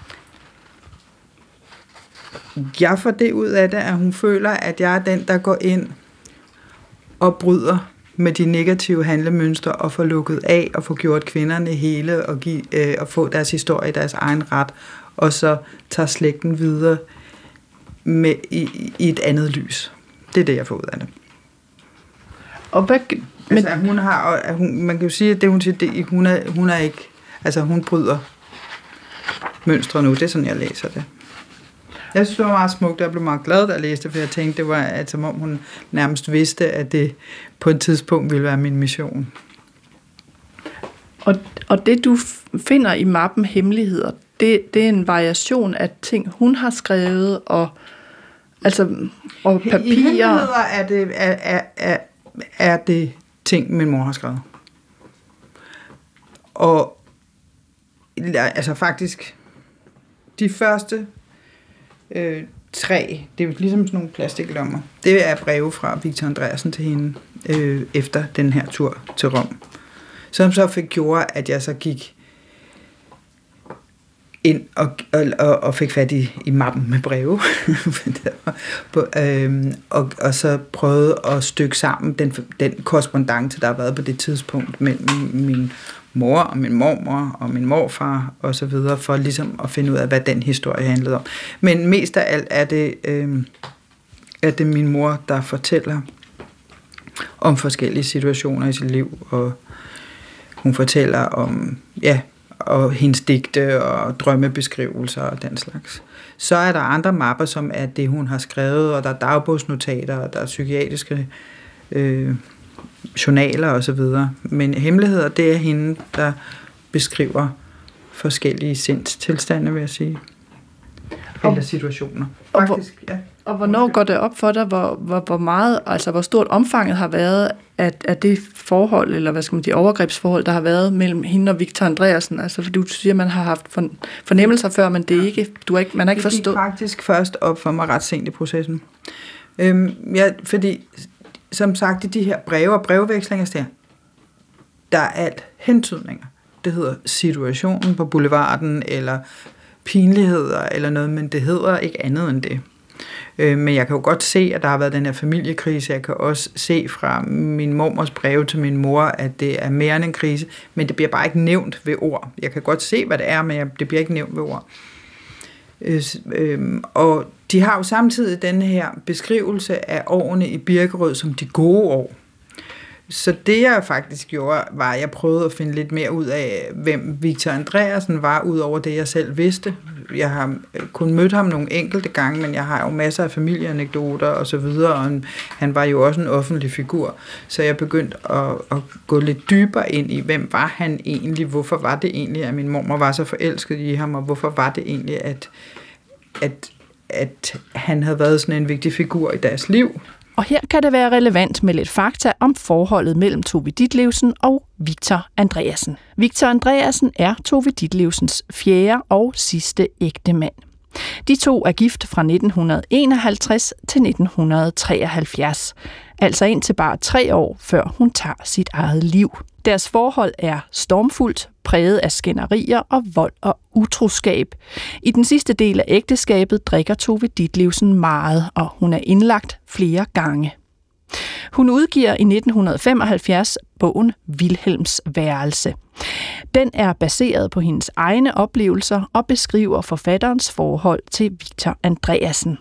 Jeg får det ud af det, at hun føler, at jeg er den, der går ind og bryder med de negative handlemønstre og få lukket af og få gjort kvinderne hele og få deres historie i deres egen ret, og så tager slægten videre i et andet lys. Det er det, jeg får ud af det. Og hvad, altså, man kan jo sige, at det hun siger, hun er ikke, altså hun bryder mønstre nu. Det er sådan, jeg læser det. Jeg synes, det var meget smukt, og jeg blev meget glad, da jeg læste det, for jeg tænkte, det var, at som om hun nærmest vidste, at det på et tidspunkt ville være min mission. Og det, du finder i mappen Hemmeligheder, det er en variation af ting, hun har skrevet, og papirer. I Hemmeligheder er det ting, min mor har skrevet. Og altså faktisk, de første 3, det er jo ligesom sådan nogle plastiklommer. Det er breve fra Victor Andreasen til hende efter den her tur til Rom. Som så gjorde, at jeg så gik ind og fik fat i mappen med breve. og så prøvede at stykke sammen den korrespondance, der har været på det tidspunkt mellem min mor og min mormor og min morfar og så videre, for ligesom at finde ud af, hvad den historie handlede om. Men mest af alt er det min mor, der fortæller om forskellige situationer i sit liv, og hun fortæller og hendes digte og drømmebeskrivelser og den slags. Så er der andre mapper, som er det, hun har skrevet, og der er dagbogsnotater, og der er psykiatriske journaler osv. Men hemmeligheder, det er hende, der beskriver forskellige sindstilstande, vil jeg sige. Eller situationer. Faktisk, ja. Og hvornår går det op for dig, hvor meget, altså hvor stort omfanget har været af det forhold, eller hvad skal man sige, overgrebsforhold, der har været mellem hende og Victor Andreasen? Altså, for du siger, at man har haft fornemmelser før, men det er ikke, man har ikke forstået. Det gik faktisk først op for mig ret sent i processen. Fordi, som sagt, i de her breve og brevvekslinger, der er alt hentydninger. Det hedder situationen på boulevarden, eller pinligheder, eller noget, men det hedder ikke andet end det. Men jeg kan jo godt se, at der har været den her familiekrise. Jeg kan også se fra min mormors breve til min mor, at det er mere end en krise, men det bliver bare ikke nævnt ved ord. Jeg kan godt se, hvad det er, men det bliver ikke nævnt ved ord. Og de har jo samtidig den her beskrivelse af årene i Birkerød som de gode år. Så det jeg faktisk gjorde, var, at jeg prøvede at finde lidt mere ud af, hvem Victor Andreasen var, ud over det, jeg selv vidste. Jeg har kun mødt ham nogle enkelte gange, men jeg har jo masser af familieanekdoter og så videre, og han var jo også en offentlig figur. Så jeg begyndte at gå lidt dybere ind i, hvem var han egentlig, hvorfor var det egentlig, at min mormor var så forelsket i ham, og hvorfor var det egentlig, at han havde været sådan en vigtig figur i deres liv. Og her kan det være relevant med lidt fakta om forholdet mellem Tove Ditlevsen og Victor Andreasen. Victor Andreasen er Tove Ditlevsens 4. og sidste ægtemand. De to er gift fra 1951 til 1973, altså indtil bare 3 år før hun tager sit eget liv. Deres forhold er stormfuldt, præget af skænderier og vold og utroskab. I den sidste del af ægteskabet drikker Tove Ditlevsen meget, og hun er indlagt flere gange. Hun udgiver i 1975 bogen Vilhelms værelse. Den er baseret på hendes egne oplevelser og beskriver forfatterens forhold til Victor Andreasen.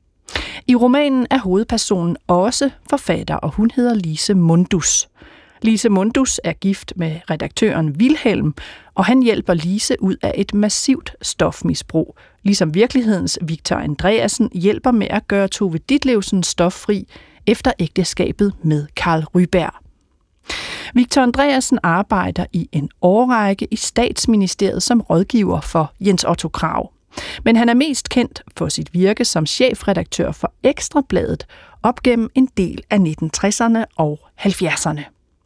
I romanen er hovedpersonen også forfatter, og hun hedder Lise Mundus. Lise Mundus er gift med redaktøren Vilhelm, og han hjælper Lise ud af et massivt stofmisbrug, ligesom virkelighedens Victor Andreasen hjælper med at gøre Tove Ditlevsen stoffri efter ægteskabet med Karl Ryberg. Victor Andreasen arbejder i en årrække i Statsministeriet som rådgiver for Jens Otto Krag. Men han er mest kendt for sit virke som chefredaktør for Ekstra Bladet op gennem en del af 1960'erne og 70'erne.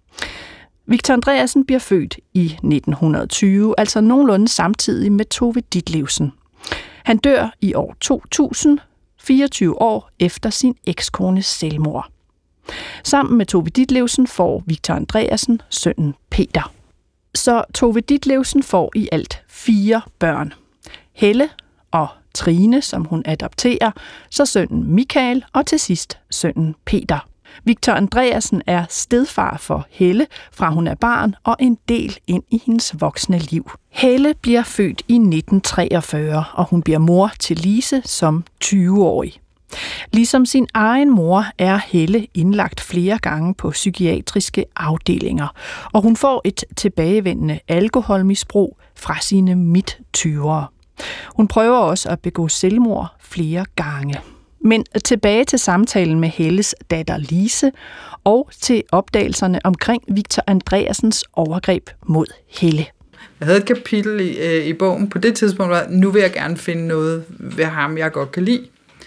Victor Andreasen bliver født i 1920, altså nogenlunde samtidig med Tove Ditlevsen. Han dør i år 2000, 24 år efter sin ekskones selvmord. Sammen med Tove Ditlevsen får Victor Andreasen sønnen Peter. Så Tove Ditlevsen får i alt 4 børn. Helle og Trine, som hun adopterer, så sønnen Michael og til sidst sønnen Peter. Victor Andreasen er stedfar for Helle, fra hun er barn, og en del ind i hendes voksne liv. Helle bliver født i 1943, og hun bliver mor til Lise som 20-årig. Ligesom sin egen mor er Helle indlagt flere gange på psykiatriske afdelinger, og hun får et tilbagevendende alkoholmisbrug fra sine midt-20'ere. Hun prøver også at begå selvmord flere gange. Men tilbage til samtalen med Helles datter Lise og til opdagelserne omkring Victor Andreasens overgreb mod Helle. Jeg havde et kapitel i bogen på det tidspunkt, hvor nu vil jeg gerne finde noget ved ham, jeg godt kan lide.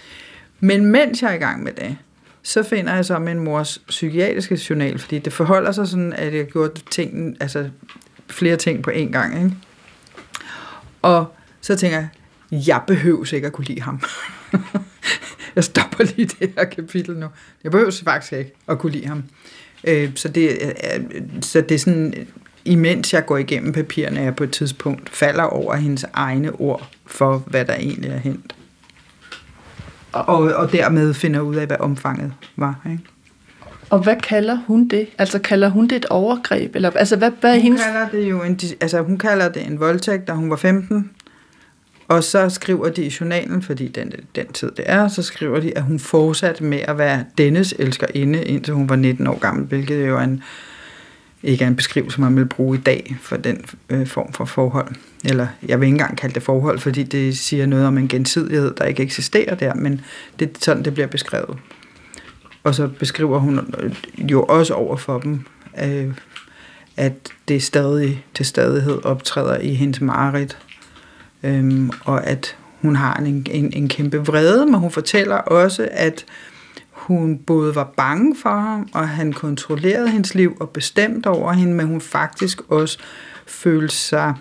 Men mens jeg er i gang med det, så finder jeg så min mors psykiatriske journal, fordi det forholder sig sådan, at jeg har gjort flere ting på én gang. Ikke? Og så tænker jeg behøver ikke at kunne lide ham. Jeg stopper lige det her kapitel nu. Jeg behøver faktisk ikke at kunne lide ham. Så det er sådan, imens jeg går igennem papirerne, jeg på et tidspunkt falder over hendes egne ord for, hvad der egentlig er hent. Og dermed finder ud af, hvad omfanget var. Ikke? Og hvad kalder hun det? Altså kalder hun det et overgreb? Eller, altså, hvad er hun hendes... kalder det jo hun kalder det en voldtægt, da hun var 15. Og så skriver de i journalen, fordi den tid det er, så skriver de, at hun fortsatte med at være dennes elskerinde, indtil hun var 19 år gammel, hvilket jo er ikke er en beskrivelse, man vil bruge i dag for den form for forhold. Eller jeg vil ikke engang kalde det forhold, fordi det siger noget om en gensidighed, der ikke eksisterer der, men det er sådan, det bliver beskrevet. Og så beskriver hun jo også over for dem, at det stadig til stadighed optræder i hendes mareridt, og at hun har en kæmpe vrede, men hun fortæller også, at hun både var bange for ham, og han kontrollerede hendes liv og bestemte over hende, men hun faktisk også følte sig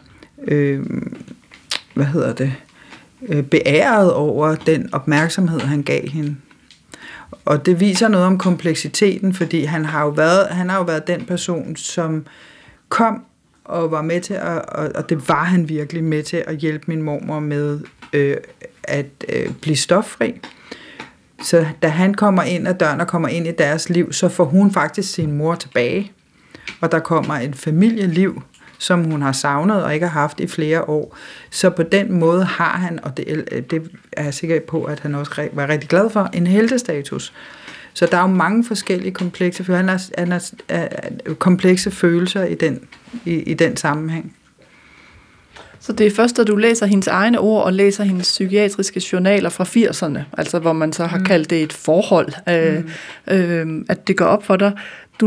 beæret over den opmærksomhed, han gav hende. Og det viser noget om kompleksiteten, fordi han har jo været den person, som kom og var med til og det var han virkelig med til at hjælpe min mormor med at blive stoffri. Så da han kommer ind ad døren og kommer ind i deres liv, så får hun faktisk sin mor tilbage. Og der kommer et familieliv, som hun har savnet og ikke har haft i flere år. Så på den måde har han, og det er jeg sikker på, at han også var rigtig glad for, en heltestatus. Så der er jo mange forskellige komplekse komplekse følelser i den sammenhæng. Så det er først, da du læser hendes egne ord og læser hendes psykiatriske journaler fra 80'erne, altså hvor man så har kaldt det et forhold, at det går op for dig.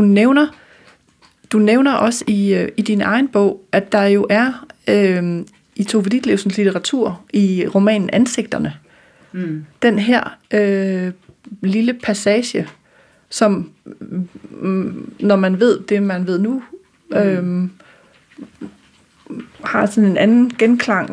Du nævner også i din egen bog, at der jo er i Tove Ditlevsens litteratur i romanen Ansigterne, den her lille passage, som når man ved det, man ved nu, har sådan en anden genklang.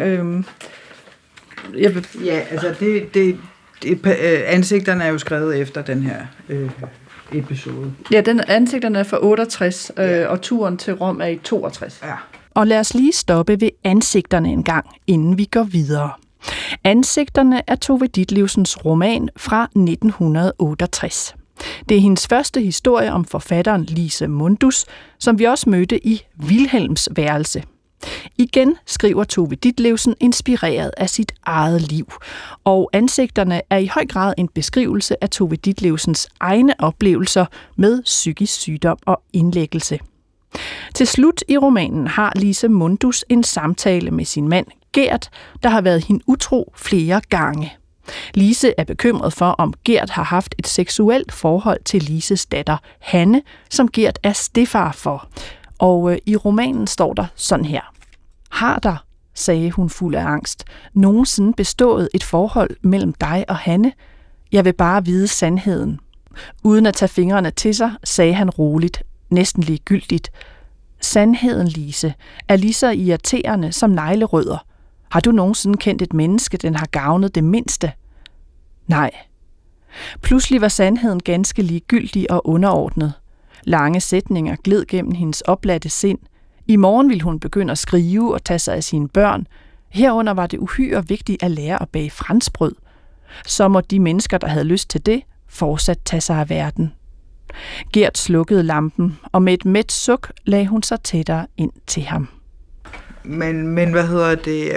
Ja, altså Ansigterne er jo skrevet efter den her episode. Ja, Ansigterne er fra 68, og turen til Rom er i 62. Ja. Og lad os lige stoppe ved Ansigterne en gang, inden vi går videre. Ansigterne er Tove Ditlevsens roman fra 1968. Det er hendes første historie om forfatteren Lise Mundus, som vi også mødte i Vilhelms værelse. Igen skriver Tove Ditlevsen inspireret af sit eget liv, og Ansigterne er i høj grad en beskrivelse af Tove Ditlevsens egne oplevelser med psykisk sygdom og indlæggelse. Til slut i romanen har Lise Mundus en samtale med sin mand Gert, der har været hende utro flere gange. Lise er bekymret for, om Gert har haft et seksuelt forhold til Lises datter Hanne, som Gert er stedfar for. Og i romanen står der sådan her. Har der, sagde hun fuld af angst, nogensinde bestået et forhold mellem dig og Hanne? Jeg vil bare vide sandheden. Uden at tage fingrene til sig, sagde han roligt, næsten ligegyldigt. Sandheden, Lise, er lige så irriterende som neglerødder. Har du nogensinde kendt et menneske, den har gavnet det mindste? Nej. Pludselig var sandheden ganske ligegyldig og underordnet. Lange sætninger gled gennem hendes oplatte sind. I morgen ville hun begynde at skrive og tage sig af sine børn. Herunder var det uhyre vigtigt at lære at bage franskbrød. Så må de mennesker, der havde lyst til det, fortsat tage sig af verden. Gert slukkede lampen, og med et mæt suk lagde hun sig tættere ind til ham. Men hvad hedder det?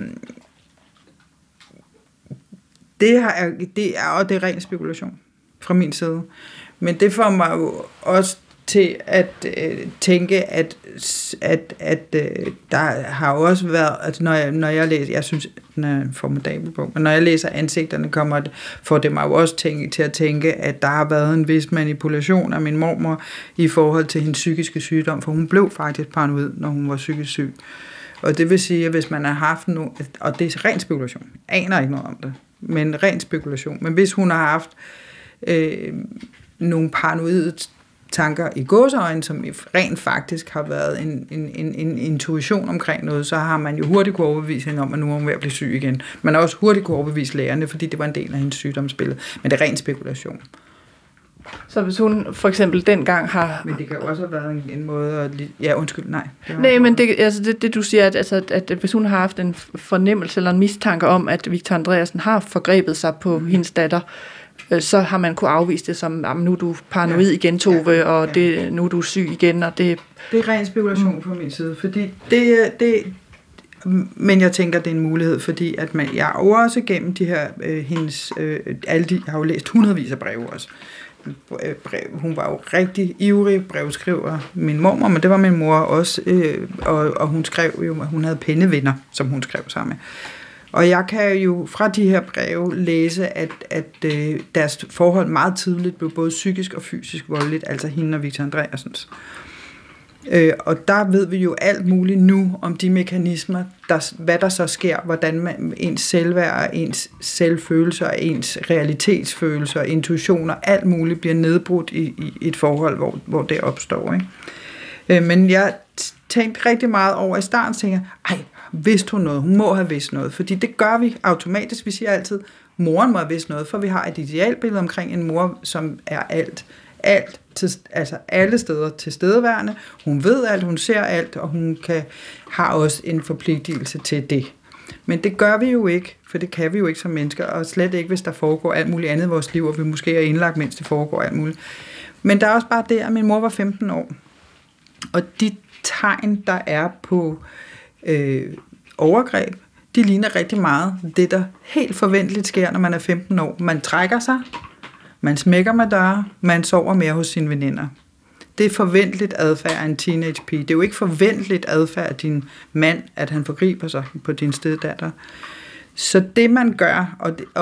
Det er ren spekulation fra min side. Men det får mig jo også til at tænke, at der har jo også været, altså når jeg læser, jeg synes, den er en formidabel bog, men når jeg læser Ansigterne, får det mig jo også til at tænke, at der har været en vis manipulation af min mormor i forhold til hendes psykiske sygdom, for hun blev faktisk paranoid, når hun var psykisk syg. Og det vil sige, at hvis man har haft og det er ren spekulation, jeg aner ikke noget om det, men ren spekulation, men hvis hun har haft nogle paranoide tanker i gåseøjne, som rent faktisk har været en intuition omkring noget, så har man jo hurtigt kunne overbevise hende om, at nu er hun ved at blive syg igen. Man har også hurtigt kunne overbevise lærerne, fordi det var en del af hendes sygdomsbillede. Men det er ren spekulation. Så hvis hun for eksempel dengang har... Men det kan jo også have været en måde at... Ja, undskyld, nej. Nej, men det du siger, at hvis hun har haft en fornemmelse eller en mistanke om, at Victor Andreasen har forgrebet sig på hendes datter, så har man kunne afvise det som, nu er du paranoid igen, Tove, og nu er du syg igen, og det... Det er ren spekulation på min side, fordi men jeg tænker, det er en mulighed, fordi at jeg også gennem de her, jeg har jo læst hundredvis af breve også, hun var jo rigtig ivrig brevskriver, min mormor, men det var min mor også, og hun skrev jo, at hun havde pennevenner, som hun skrev sammen med. Og jeg kan jo fra de her breve læse, at deres forhold meget tidligt blev både psykisk og fysisk voldeligt, altså hende og Victor Andreasens. Og der ved vi jo alt muligt nu om de mekanismer, hvad der så sker, hvordan ens selvværd, ens selvfølelse og ens realitetsfølelse og intuitioner, alt muligt bliver nedbrudt i et forhold, hvor det opstår. Ikke? Men jeg tænkte rigtig meget over i starten, tænkte jeg, vidste hun noget? Hun må have vidst noget, fordi det gør vi automatisk. Vi siger altid, moren må have vidst noget, for vi har et idealbillede omkring en mor, som er alt altså alle steder tilstedeværende. Hun ved alt, hun ser alt, og hun har også en forpligtelse til det. Men det gør vi jo ikke, for det kan vi jo ikke som mennesker, og slet ikke, hvis der foregår alt muligt andet i vores liv, og vi måske er indlagt, mens det foregår alt muligt. Men der er også bare det, at min mor var 15 år, og de tegn, der er på overgreb, de ligner rigtig meget det, der helt forventeligt sker, når man er 15 år. Man trækker sig, man smækker med døre, man sover mere hos sine veninder. Det er forventeligt adfærd af en teenage-pige. Det er jo ikke forventeligt adfærd af din mand, at han forgriber sig på din steddatter. Så det man gør,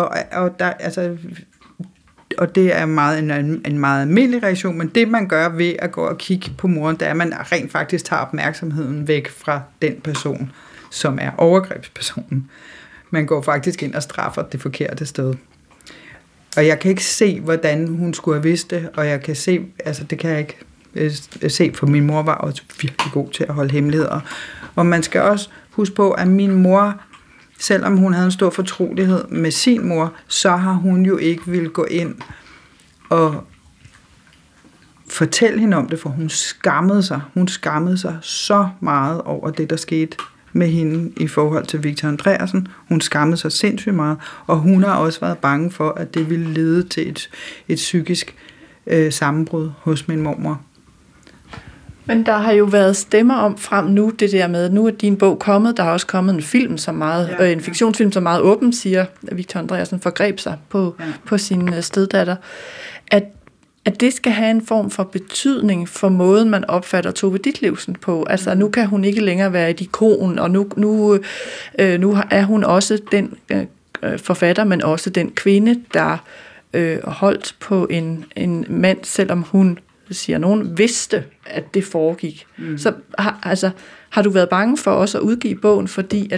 og det er en meget almindelig reaktion, men det man gør ved at gå og kigge på moren, det er, at man rent faktisk tager opmærksomheden væk fra den person, som er overgrebspersonen. Man går faktisk ind og straffer det forkerte sted. Og jeg kan ikke se, hvordan hun skulle have vidst det, og jeg kan se, altså det kan jeg ikke se, for min mor var også virkelig god til at holde hemmeligheder. Og man skal også huske på, at min mor, selvom hun havde en stor fortrolighed med sin mor, så har hun jo ikke ville gå ind og fortælle hende om det, for hun skammede sig. Hun skammede sig så meget over det, der skete med hende i forhold til Victor Andreasen. Hun skammede sig sindssygt meget, og hun har også været bange for, at det ville lede til et psykisk sammenbrud hos min mormor. Men der har jo været stemmer om frem nu, det der med, nu er din bog kommet, der har også kommet en film, som meget, en fiktionsfilm, som meget åbent siger, at Victor Andreasen forgreb sig på sin steddatter, at det skal have en form for betydning for måden, man opfatter Tove Ditlevsen på. Altså, nu kan hun ikke længere være et ikon, og nu er hun også den forfatter, men også den kvinde, der holdt på en mand, selvom hun, siger nogen, vidste, at det foregik. Så har du været bange for også at udgive bogen, fordi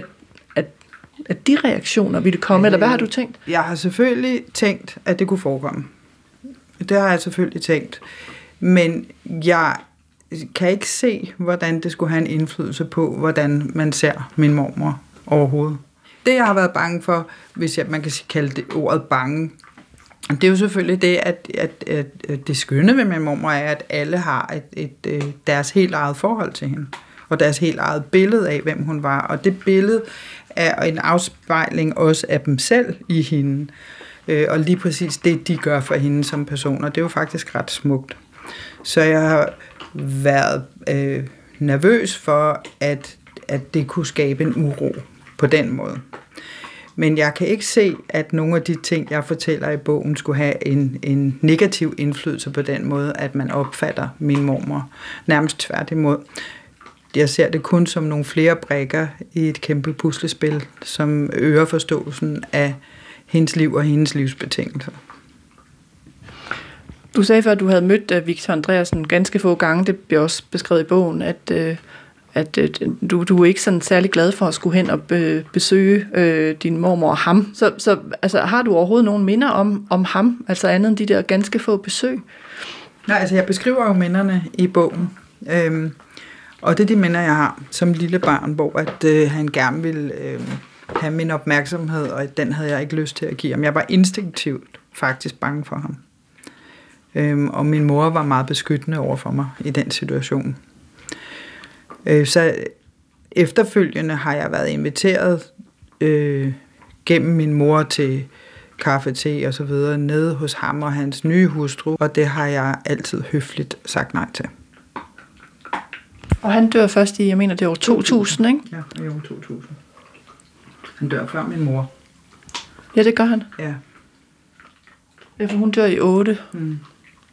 at de reaktioner ville komme, eller hvad har du tænkt? Jeg har selvfølgelig tænkt, at det kunne forekomme. Det har jeg selvfølgelig tænkt. Men jeg kan ikke se, hvordan det skulle have en indflydelse på, hvordan man ser min mormor overhovedet. Det, jeg har været bange for, hvis man kan kalde det ordet bange, det er jo selvfølgelig det, at det skønne ved min mormor er, at alle har deres helt eget forhold til hende, og deres helt eget billede af, hvem hun var. Og det billede er en afspejling også af dem selv i hende. Og lige præcis det, de gør for hende som person, og det er jo faktisk ret smukt. Så jeg har været nervøs for, at det kunne skabe en uro på den måde. Men jeg kan ikke se, at nogle af de ting, jeg fortæller i bogen, skulle have en negativ indflydelse på den måde, at man opfatter min mormor. Nærmest tværtimod. Jeg ser det kun som nogle flere brikker i et kæmpe puslespil, som øger forståelsen af hendes liv og hendes livsbetingelser. Du sagde før, at du havde mødt Victor Andreasen ganske få gange. Det bliver også beskrevet i bogen, at du er ikke sådan særlig glad for at skulle hen og besøge din mormor og ham. Så altså, har du overhovedet nogen minder om ham, altså andet end de der ganske få besøg? Nej, altså jeg beskriver jo minderne i bogen. Og det er de minder, jeg har som lille barn, hvor at han gerne ville have min opmærksomhed, og den havde jeg ikke lyst til at give ham. Jeg var instinktivt faktisk bange for ham. Og min mor var meget beskyttende over for mig i den situation. Så efterfølgende har jeg været inviteret gennem min mor til kaffe, te og så videre nede hos ham og hans nye hustru, og det har jeg altid høfligt sagt nej til. Og han dør først i, jeg mener, det er år 2000, ikke? Ja, i år 2000. Han dør før min mor. Ja, det gør han. Ja. Ja, for hun dør i 8.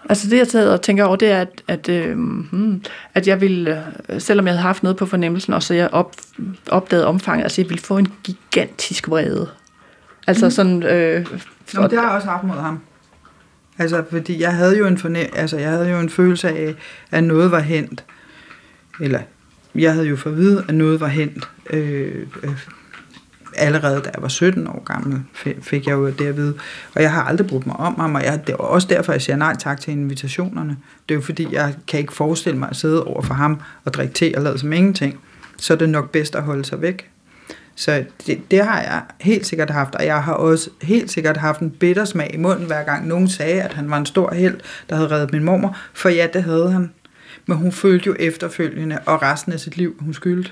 Altså det, jeg sidder og tænker over, det er, at jeg ville, selvom jeg havde haft noget på fornemmelsen, og så jeg opdagede omfanget, altså jeg ville få en gigantisk vrede. Altså sådan... Nå, det har jeg også haft mod ham. Altså, fordi jeg havde jo en følelse af, at noget var hændt. Eller, jeg havde jo fået at vide, at noget var hændt. Allerede da jeg var 17 år gammel, fik jeg jo det at vide. Og jeg har aldrig brugt mig om ham, og det er også derfor, jeg siger nej tak til invitationerne. Det er jo fordi, jeg kan ikke forestille mig at sidde over for ham og drikke te og lade som ingenting. Så er det nok bedst at holde sig væk. Så det har jeg helt sikkert haft, og jeg har også helt sikkert haft en bitter smag i munden, hver gang nogen sagde, at han var en stor helt, der havde reddet min mormor. For ja, det havde han. Men hun følte jo efterfølgende, og resten af sit liv, hun skyldte.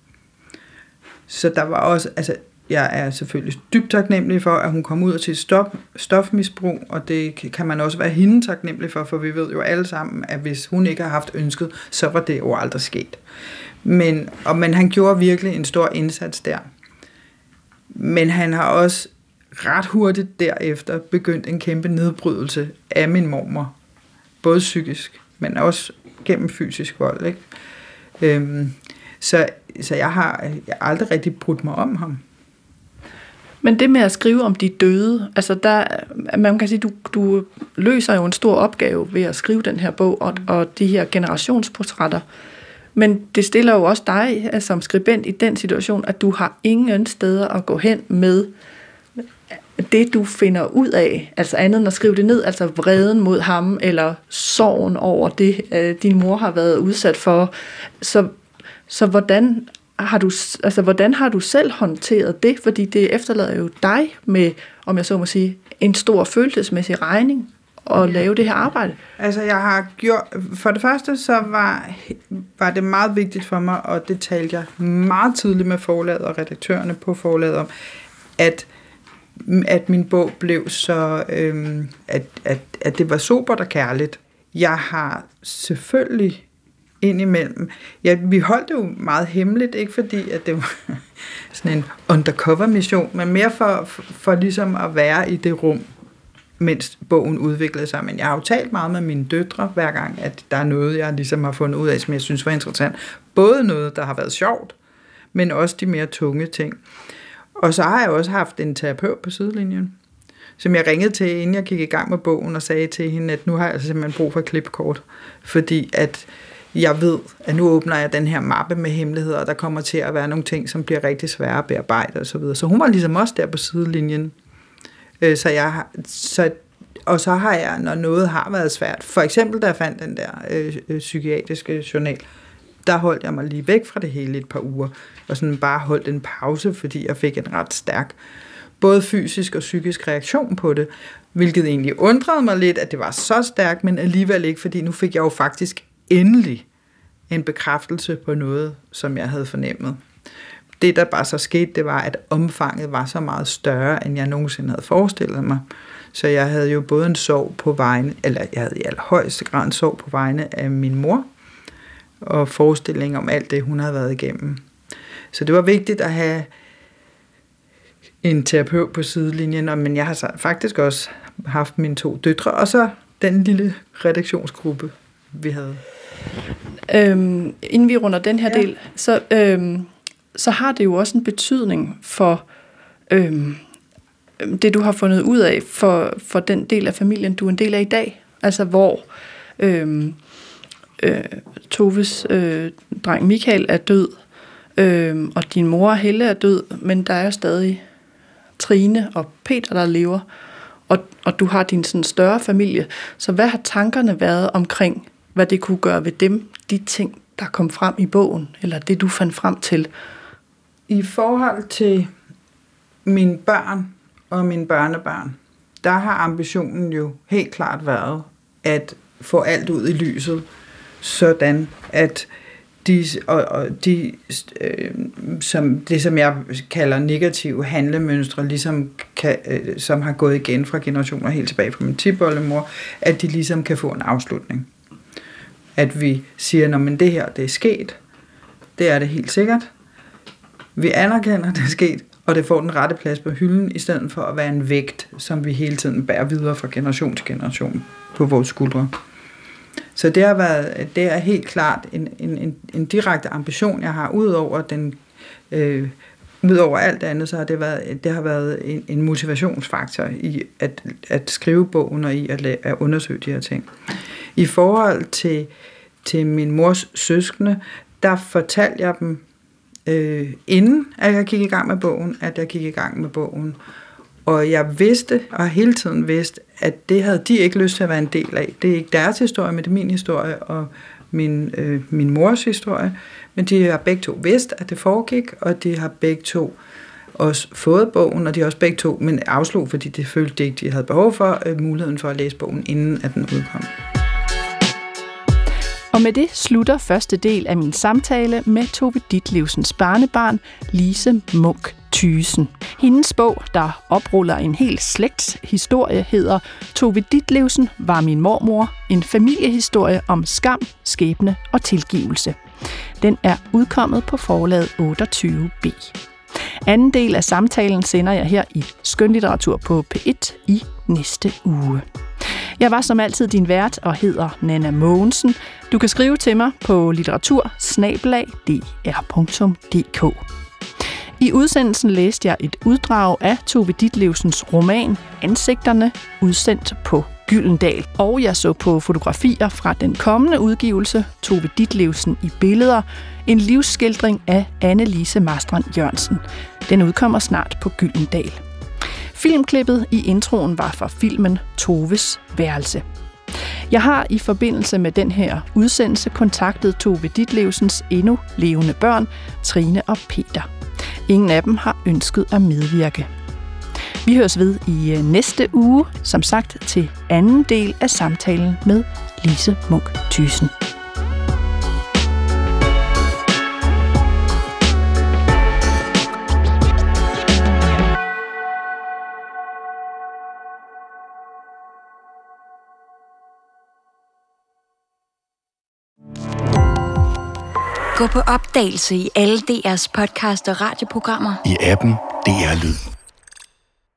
Så der var også, altså, jeg er selvfølgelig dybt taknemmelig for, at hun kom ud til et stofmisbrug, og det kan man også være hende taknemmelig for vi ved jo alle sammen, at hvis hun ikke har haft ønsket, så var det jo aldrig sket. Men han gjorde virkelig en stor indsats der. Men han har også ret hurtigt derefter begyndt en kæmpe nedbrydelse af min mormor. Både psykisk, men også gennem fysisk vold. Ikke? Så jeg har aldrig rigtig brudt mig om ham. Men det med at skrive om de døde, altså man kan sige, du løser jo en stor opgave ved at skrive den her bog, og de her generationsportrætter. Men det stiller jo også dig som skribent i den situation, at du har ingen steder at gå hen med det, du finder ud af, altså andet end at skrive det ned, altså vreden mod ham, eller sorgen over det, din mor har været udsat for. Så hvordan har du selv håndteret det? Fordi det efterlader jo dig med, om jeg så må sige, en stor følelsesmæssig regning at lave det her arbejde. Altså jeg har gjort, for det første så var det meget vigtigt for mig, og det talte jeg meget tydeligt med forlaget og redaktørerne på forlaget om, at min bog blev så, at det var sobert og kærligt. Jeg har selvfølgelig indimellem, vi holdt det jo meget hemmeligt, ikke fordi at det var sådan en undercover mission, men mere for ligesom at være i det rum, mens bogen udviklede sig. Men jeg har jo talt meget med mine døtre, hver gang, at der er noget, jeg ligesom har fundet ud af, som jeg synes var interessant. Både noget, der har været sjovt, men også de mere tunge ting. Og så har jeg også haft en terapeut på sidelinjen, som jeg ringede til, inden jeg gik i gang med bogen, og sagde til hende, at nu har jeg altså simpelthen brug for et klipkort, fordi at jeg ved, at nu åbner jeg den her mappe med hemmeligheder, og der kommer til at være nogle ting, som bliver rigtig svære at bearbejde og så videre. Så hun var ligesom også der på sidelinjen. Og så har jeg, når noget har været svært, for eksempel da jeg fandt den der psykiatriske journal, der holdt jeg mig lige væk fra det hele et par uger, og sådan bare holdt en pause, fordi jeg fik en ret stærk, både fysisk og psykisk reaktion på det, hvilket egentlig undrede mig lidt, at det var så stærkt, men alligevel ikke, fordi nu fik jeg jo faktisk endelig en bekræftelse på noget, som jeg havde fornemmet. Det, der bare så skete, det var, at omfanget var så meget større, end jeg nogensinde havde forestillet mig. Så jeg havde jo både en sorg på vegne, eller jeg havde i allerhøjeste grad en sorg på vegne af min mor, og forestilling om alt det, hun havde været igennem. Så det var vigtigt at have en terapeut på sidelinjen, men jeg har faktisk også haft mine 2 døtre, og så den lille redaktionsgruppe, vi havde. Inden vi runder den her del, så har det jo også en betydning for det, du har fundet ud af for den del af familien, du er en del af i dag. Altså hvor Toves dreng Michael er død, og din mor Helle er død, men der er stadig Trine og Peter, der lever, og du har din sådan større familie. Så hvad har tankerne været omkring, hvad det kunne gøre ved dem, de ting, der kom frem i bogen, eller det, du fandt frem til? I forhold til mine børn og mine børnebørn, der har ambitionen jo helt klart været at få alt ud i lyset, sådan at som jeg kalder negative handlemønstre, ligesom som har gået igen fra generationer helt tilbage fra min tipoldemor, at de ligesom kan få en afslutning. At vi siger, men det her, det er sket. Det er det helt sikkert. Vi anerkender, det er sket, og det får den rette plads på hylden, i stedet for at være en vægt, som vi hele tiden bærer videre fra generation til generation på vores skuldre. Så det er helt klart en direkte ambition, jeg har, udover alt andet, så har det har været en motivationsfaktor i at skrive bogen og i at undersøge de her ting. I forhold til min mors søskende, der fortalte jeg dem, inden at jeg gik i gang med bogen, og jeg vidste, og har hele tiden vidst, at det havde de ikke lyst til at være en del af. Det er ikke deres historie, men det er min historie og min mors historie. Men de har begge to vidst, at det foregik, og de har begge to også fået bogen, og de har også begge to, men afslog, fordi de følte ikke, de havde behov for muligheden for at læse bogen, inden at den udkom. Og med det slutter første del af min samtale med Tove Ditlevsens barnebarn, Lise Munch Thygesen. Hendes bog, der opruller en hel slægts historie, hedder Tove Ditlevsen var min mormor, en familiehistorie om skam, skæbne og tilgivelse. Den er udkommet på forlaget 28B. Anden del af samtalen sender jeg her i Skønlitteratur på P1 i næste uge. Jeg var som altid din vært og hedder Nanna Mogensen. Du kan skrive til mig på litteratur@dr.dk. I udsendelsen læste jeg et uddrag af Tove Ditlevsens roman Ansigterne, udsendt på Gyldendal. Og jeg så på fotografier fra den kommende udgivelse, Tove Ditlevsen i billeder, en livsskildring af Anne-Lise Marstrand-Jørgensen. Den udkommer snart på Gyldendal. Filmklippet i introen var fra filmen Toves værelse. Jeg har i forbindelse med den her udsendelse kontaktet Tove Ditlevsens endnu levende børn, Trine og Peter. Ingen af dem har ønsket at medvirke. Vi høres ved i næste uge, som sagt til anden del af samtalen med Lise Munch Thygesen. Gå på opdagelse i alle DR's podcast og radioprogrammer. I appen DR Lyd.